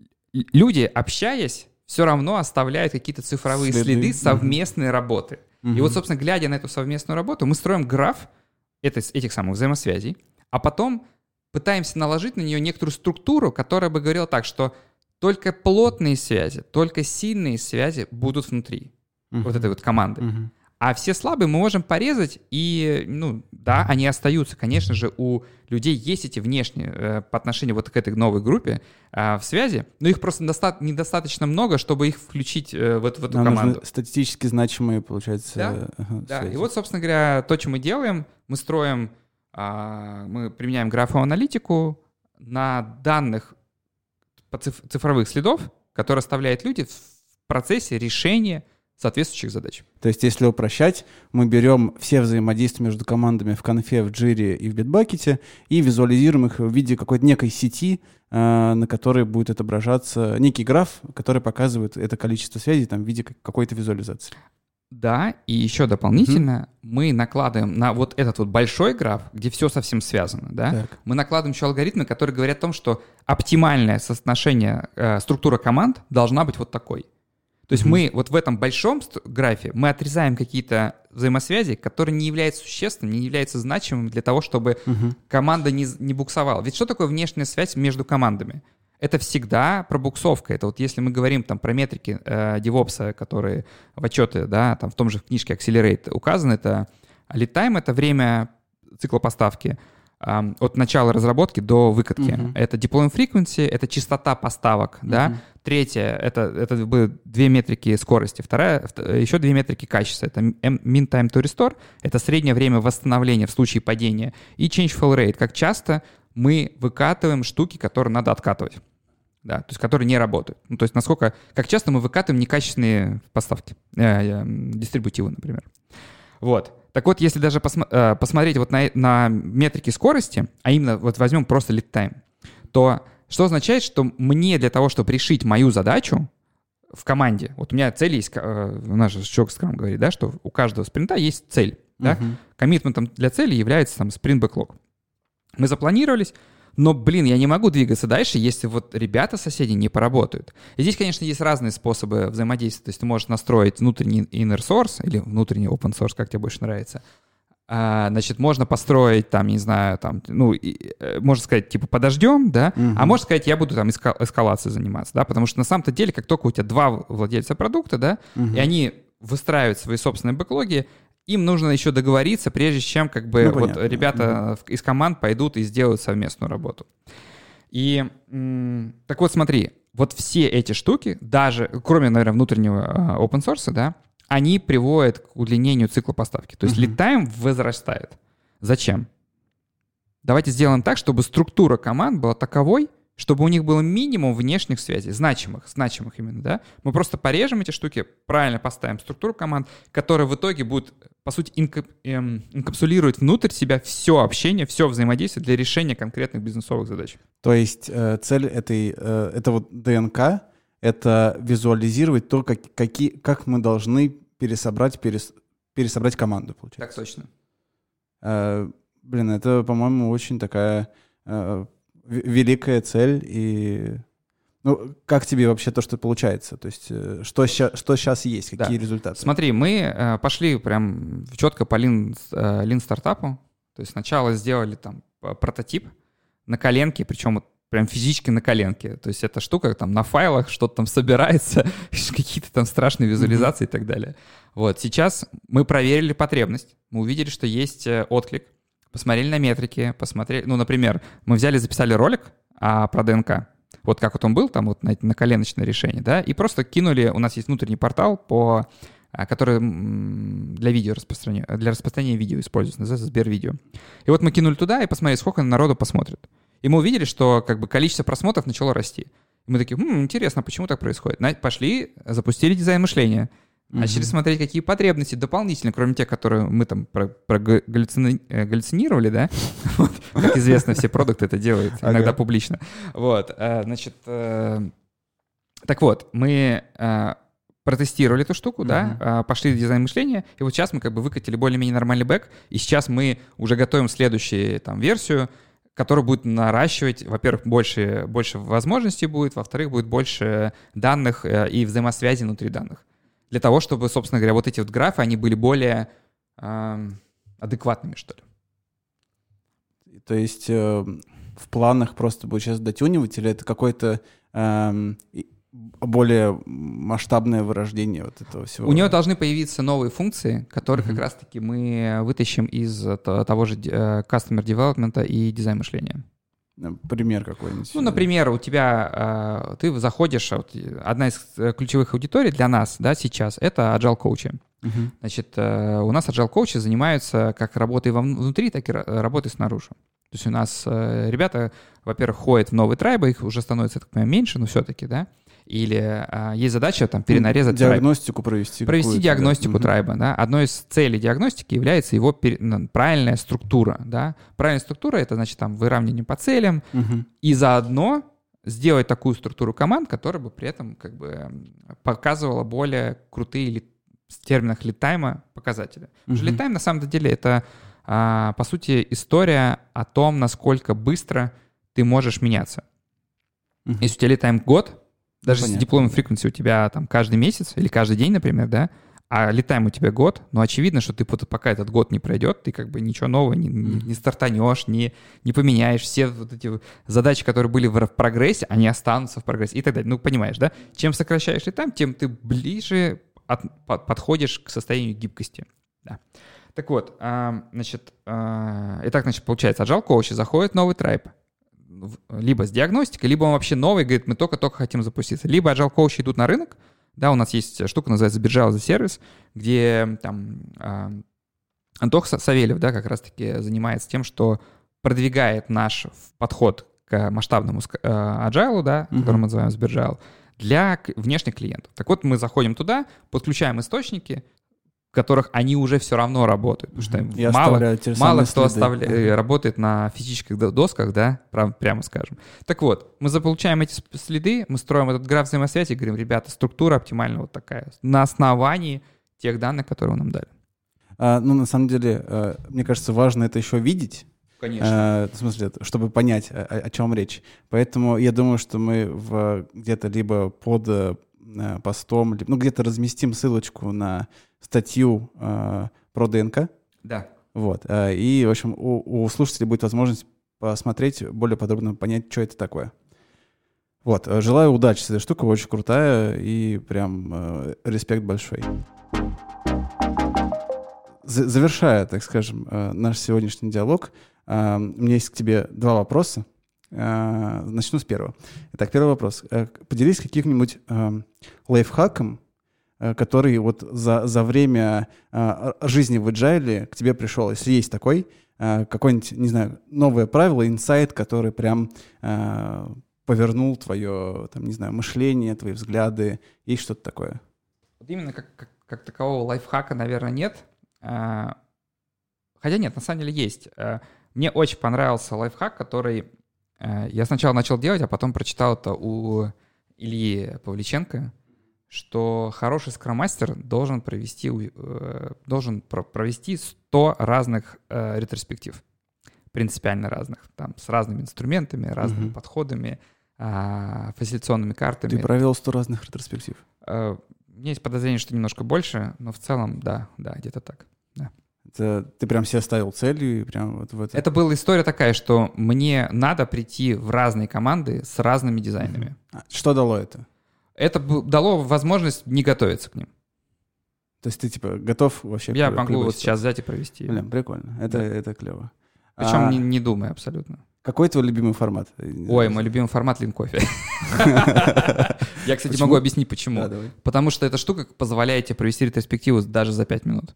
люди, общаясь, все равно оставляют какие-то цифровые следы совместной работы. И вот, собственно, глядя на эту совместную работу, мы строим граф этих самых взаимосвязей, а потом пытаемся наложить на нее некоторую структуру, которая бы говорила так, что только плотные связи, только сильные связи будут внутри вот этой вот команды. А все слабые мы можем порезать, и, да, они остаются. Конечно же, у людей есть эти внешние по отношению вот к этой новой группе в связи, но их просто недостаточно много, чтобы их включить в эту команду. Нужны статистически значимые, получается, да. И вот, собственно говоря, то, что мы делаем, мы применяем графоаналитику, на данных цифровых следов, которые оставляют люди в процессе решения соответствующих задач. То есть, если упрощать, мы берем все взаимодействия между командами в конфе, в джире и в Bitbucket и визуализируем их в виде какой-то некой сети, на которой будет отображаться некий граф, который показывает это количество связей там, в виде какой-то визуализации. Да, и еще дополнительно мы накладываем на вот этот вот большой граф, где все совсем связано, да, мы накладываем еще алгоритмы, которые говорят о том, что оптимальное соотношение структура команд должна быть вот такой. То есть мы вот в этом большом графе мы отрезаем какие-то взаимосвязи, которые не являются существенными, не являются значимыми для того, чтобы команда не буксовала. Ведь что такое внешняя связь между командами? Это всегда пробуксовка. Это вот если мы говорим там про метрики DevOps, которые в отчеты, да, там в том же в книжке Accelerate указаны, это lead time, это время цикла поставки от начала разработки до выкатки. Это deployment frequency, это частота поставок, да. Третье, это были две метрики скорости. Вторая, еще две метрики качества. Это mean time to restore, это среднее время восстановления в случае падения. И change fail rate, как часто мы выкатываем штуки, которые надо откатывать. Да, то есть которые не работают. Ну, то есть насколько, как часто мы выкатываем некачественные поставки, дистрибутивы, например. Вот. Так вот, если даже посмотреть вот на метрики скорости, а именно вот возьмем просто lead time, то что означает, что мне для того, чтобы решить мою задачу в команде, вот у меня цель есть, у нас же человек Scrum говорит, да, что у каждого спринта есть цель. Да? Коммитментом для цели является там спринт-бэклог. Мы запланировались, но, я не могу двигаться дальше, если вот ребята, соседи, не поработают. И здесь, конечно, есть разные способы взаимодействия. То есть ты можешь настроить внутренний inner source или внутренний open source, как тебе больше нравится. Значит, можно построить там, не знаю, там, можно сказать, типа, подождем, да, а можно сказать, я буду там эскалацией заниматься, да, потому что на самом-то деле, как только у тебя два владельца продукта, да, и они выстраивают свои собственные бэклоги, им нужно еще договориться, прежде чем как бы вот ребята из команд пойдут и сделают совместную работу. И так вот смотри, вот все эти штуки, даже кроме, наверное, внутреннего open source, да, они приводят к удлинению цикла поставки. То есть lead time возрастает. Зачем? Давайте сделаем так, чтобы структура команд была таковой, чтобы у них был минимум внешних связей, значимых именно, да. Мы просто порежем эти штуки, правильно поставим структуру команд, которая в итоге будет, по сути, инкапсулировать внутрь себя все общение, все взаимодействие для решения конкретных бизнесовых задач. То есть цель это вот ДНК, это визуализировать то, как мы должны пересобрать команду, получается. Так точно. Это, по-моему, очень такая великая цель. И как тебе вообще то, что получается? То есть что сейчас есть, какие результаты? Смотри, мы пошли прям четко по лин-стартапу. То есть сначала сделали там прототип на коленке, причем прям физически на коленке. То есть эта штука там на файлах, что-то там собирается, какие-то там страшные визуализации и так далее. Вот, сейчас мы проверили потребность, мы увидели, что есть отклик, посмотрели на метрики, например, мы записали ролик про ДНК, вот как вот он был, там вот на коленочное решение, да, и просто кинули, у нас есть внутренний портал, который для распространения видео используется, называется Сбервидео. И вот мы кинули туда и посмотрели, сколько народу посмотрит. И мы увидели, что как бы количество просмотров начало расти. И мы такие, интересно, почему так происходит? Пошли, запустили дизайн мышления. Начали смотреть, какие потребности дополнительно, кроме тех, которые мы там галлюцинировали, да? Вот. Как известно, все продукты это делают, иногда публично. Вот, значит, так вот, мы протестировали эту штуку, да, пошли в дизайн мышления, и вот сейчас мы как бы выкатили более-менее нормальный бэк, и сейчас мы уже готовим следующую там версию, которая будет наращивать, во-первых, больше возможностей будет, во-вторых, будет больше данных и взаимосвязи внутри данных. Для того, чтобы, собственно говоря, вот эти вот графы, они были более адекватными, что ли. То есть в планах просто будет сейчас дотюнивать, или это какое-то более масштабное вырождение вот этого всего? У нее должны появиться новые функции, которые как раз-таки мы вытащим из того же customer development и дизайн мышления. Пример какой-нибудь? Например, у тебя, ты заходишь, одна из ключевых аудиторий для нас, да, сейчас, это agile коучи. Значит, у нас agile коучи занимаются как работой внутри, так и работой снаружи. То есть у нас ребята, во-первых, ходят в новые трайбы, их уже становится, так понимаю, меньше, но все-таки, да? Или есть задача там перенарезать диагностику провести. Провести диагностику трайба, да. Одной из целей диагностики является его правильная структура, да. Правильная структура — это, значит, там выравнивание по целям, и заодно сделать такую структуру команд, которая бы при этом как бы показывала более крутые в терминах лид-тайма показатели. Лид-тайм на самом деле это, по сути, история о том, насколько быстро ты можешь меняться. Если у тебя лид-тайм год, даже если deployment frequency у тебя там каждый месяц или каждый день, например, да, а лид-тайм у тебя год, но очевидно, что ты пока этот год не пройдет, ты как бы ничего нового не стартанешь, не поменяешь. Все вот эти задачи, которые были в прогрессе, они останутся в прогрессе и так далее. Ну, понимаешь, да? Чем сокращаешь лид-тайм, тем ты ближе подходишь к состоянию гибкости. Да. Так вот, значит, итак, значит, получается, agile коучи заходят в новый трайб, либо с диагностикой, либо он вообще новый, говорит, мы только-только хотим запуститься. Либо agile коучи идут на рынок, да, у нас есть штука, называется Sbergel as a Service, где там Антох Савельев, да, как раз-таки занимается тем, что продвигает наш подход к масштабному agile, да, который мы называем Sbergel, для внешних клиентов. Так вот, мы заходим туда, подключаем источники, в которых они уже все равно работают. Потому что мало кто работает на физических досках, да, прямо скажем. Так вот, мы заполучаем эти следы, мы строим этот граф взаимосвязи и говорим, ребята, структура оптимальна вот такая, на основании тех данных, которые вы нам дали. Ну, на самом деле, мне кажется, важно это еще видеть. Конечно. В смысле, чтобы понять, о чем речь. Поэтому я думаю, что мы где-то либо под постом, ну, где-то разместим ссылочку на статью про ДНК. Да. Вот. И, в общем, у слушателей будет возможность посмотреть, более подробно понять, что это такое. Вот. Желаю удачи с этой штукой, очень крутая, и прям респект большой. Завершая, так скажем, наш сегодняшний диалог, у меня есть к тебе 2 вопроса. Начну с первого. Итак, первый вопрос. Поделись каким-нибудь лайфхаком, который вот за время жизни в Agile к тебе пришел, если есть такой, какое-нибудь, не знаю, новое правило, инсайт, который прям повернул твое, там, не знаю, мышление, твои взгляды, есть что-то такое? Вот именно как такового лайфхака, наверное, нет. Хотя нет, на самом деле есть. Мне очень понравился лайфхак, который я сначала начал делать, а потом прочитал это у Ильи Павличенко, что хороший скрам-мастер должен провести 100 разных ретроспектив, принципиально разных, там, с разными инструментами, разными подходами, фасилитационными картами. Ты провел 100 разных ретроспектив? У меня есть подозрение, что немножко больше, но в целом, да, где-то так. Да. Ты прям себе ставил целью и прям вот в это? Это была история такая, что мне надо прийти в разные команды с разными дизайнами. Что дало это? Это дало возможность не готовиться к ним. То есть ты типа готов вообще? Я могу вот сейчас взять и провести. Блин, прикольно. Это клево. Причем не думая абсолютно. Какой твой любимый формат? Ой, мой любимый формат — лин-кофе. Я, кстати, могу объяснить, почему. Потому что эта штука позволяет тебе провести ретроспективу даже за 5 минут.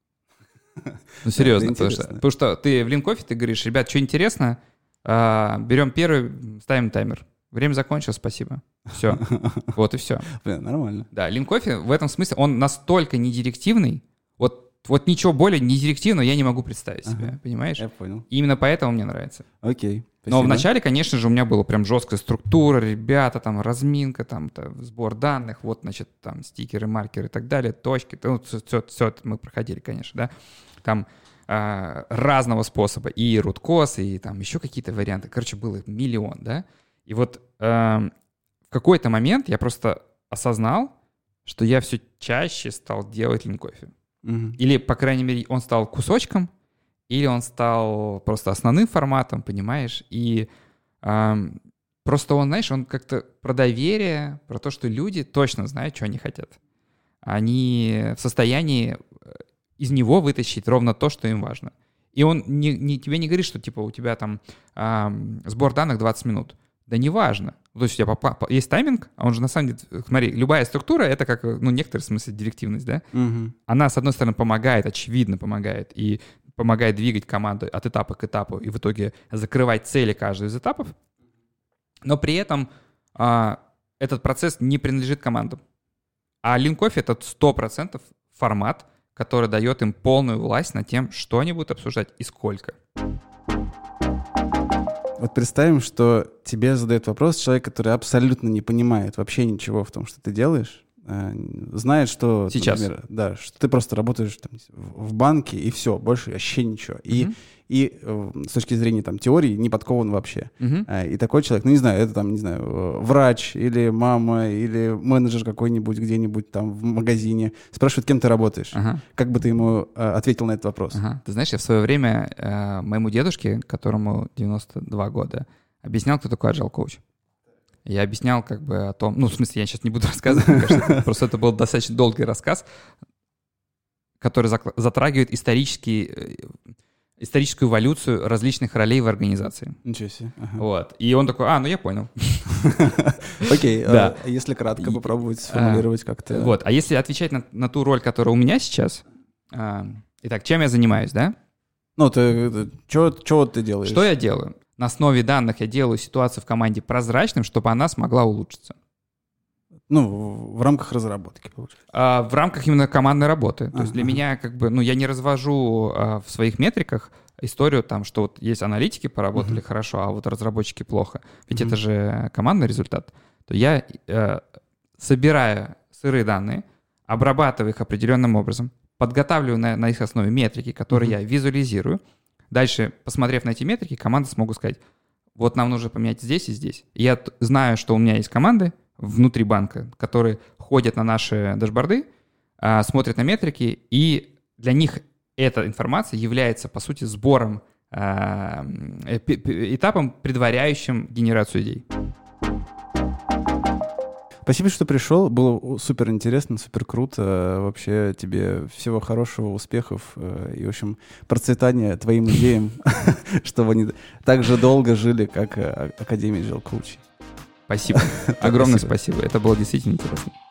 Ну, серьезно. Потому что ты в лин-кофе, ты говоришь, ребят, что интересно, берем первый, ставим таймер. Время закончилось, спасибо. Все. Вот и все. Блин, нормально. Да, лин-кофе в этом смысле, он настолько недирективный, вот ничего более недирективного я не могу представить себе, понимаешь? Я понял. И именно поэтому мне нравится. Окей. Но вначале, конечно же, у меня была прям жесткая структура, ребята, там, разминка, там, сбор данных, вот, значит, там, стикеры, маркеры и так далее, точки, ну, все это мы проходили, конечно, да. Там разного способа, и руткос, и там еще какие-то варианты. Короче, было миллион, да. И вот в какой-то момент я просто осознал, что я все чаще стал делать лин-кофе. Или, по крайней мере, он стал кусочком, или он стал просто основным форматом, понимаешь? И просто он, знаешь, он как-то про доверие, про то, что люди точно знают, что они хотят. Они в состоянии из него вытащить ровно то, что им важно. И он тебе не говорит, что типа у тебя там сбор данных 20 минут. Да не важно. То есть у тебя есть тайминг, а он же на самом деле, смотри, любая структура — это как, ну, некоторый смысл директивность, да? Она, с одной стороны, помогает, очевидно помогает, и помогает двигать команду от этапа к этапу и в итоге закрывать цели каждого из этапов. Но при этом этот процесс не принадлежит командам. А Lean Coffee — это 100% формат, который дает им полную власть над тем, что они будут обсуждать и сколько. Вот представим, что тебе задает вопрос человек, который абсолютно не понимает вообще ничего в том, что ты делаешь, знает, что, сейчас, например, да, что ты просто работаешь там, в банке и все, больше вообще ничего. И с точки зрения там, теории не подкован вообще. И такой человек, ну не знаю, это там, не знаю, врач или мама или менеджер какой-нибудь где-нибудь там в магазине, спрашивает, кем ты работаешь. Как бы ты ему ответил на этот вопрос? Ты знаешь, я в свое время моему дедушке, которому 92 года, объяснял, кто такой Agile Coach. Я объяснял как бы о том, ну, в смысле, я сейчас не буду рассказывать, просто это был достаточно долгий рассказ, который затрагивает историческую эволюцию различных ролей в организации. Ничего себе. Вот. И он такой, ну я понял. Окей, да. Если кратко попробовать сформулировать как-то. Вот, а если отвечать на ту роль, которая у меня сейчас, итак, чем я занимаюсь, да? Ну, что ты делаешь? Что я делаю? На основе данных я делаю ситуацию в команде прозрачным, чтобы она смогла улучшиться. Ну, в рамках разработки, получается. В рамках именно командной работы. То есть для меня как бы, я не развожу в своих метриках историю там, что вот есть аналитики поработали хорошо, а вот разработчики плохо. Ведь это же командный результат. То я собираю сырые данные, обрабатываю их определенным образом, подготавливаю на их основе метрики, которые я визуализирую. Дальше, посмотрев на эти метрики, команды смогут сказать, вот нам нужно поменять здесь и здесь. И я знаю, что у меня есть команды внутри банка, которые ходят на наши дашборды, смотрят на метрики, и для них эта информация является, по сути, сбором, этапом, предваряющим генерацию идей. Спасибо, что пришел. Было супер интересно, супер круто. Вообще тебе всего хорошего, успехов и, в общем, процветания твоим идеям, чтобы они так же долго жили, как Академия Agile Coaching. Спасибо. Огромное спасибо. Это было действительно интересно.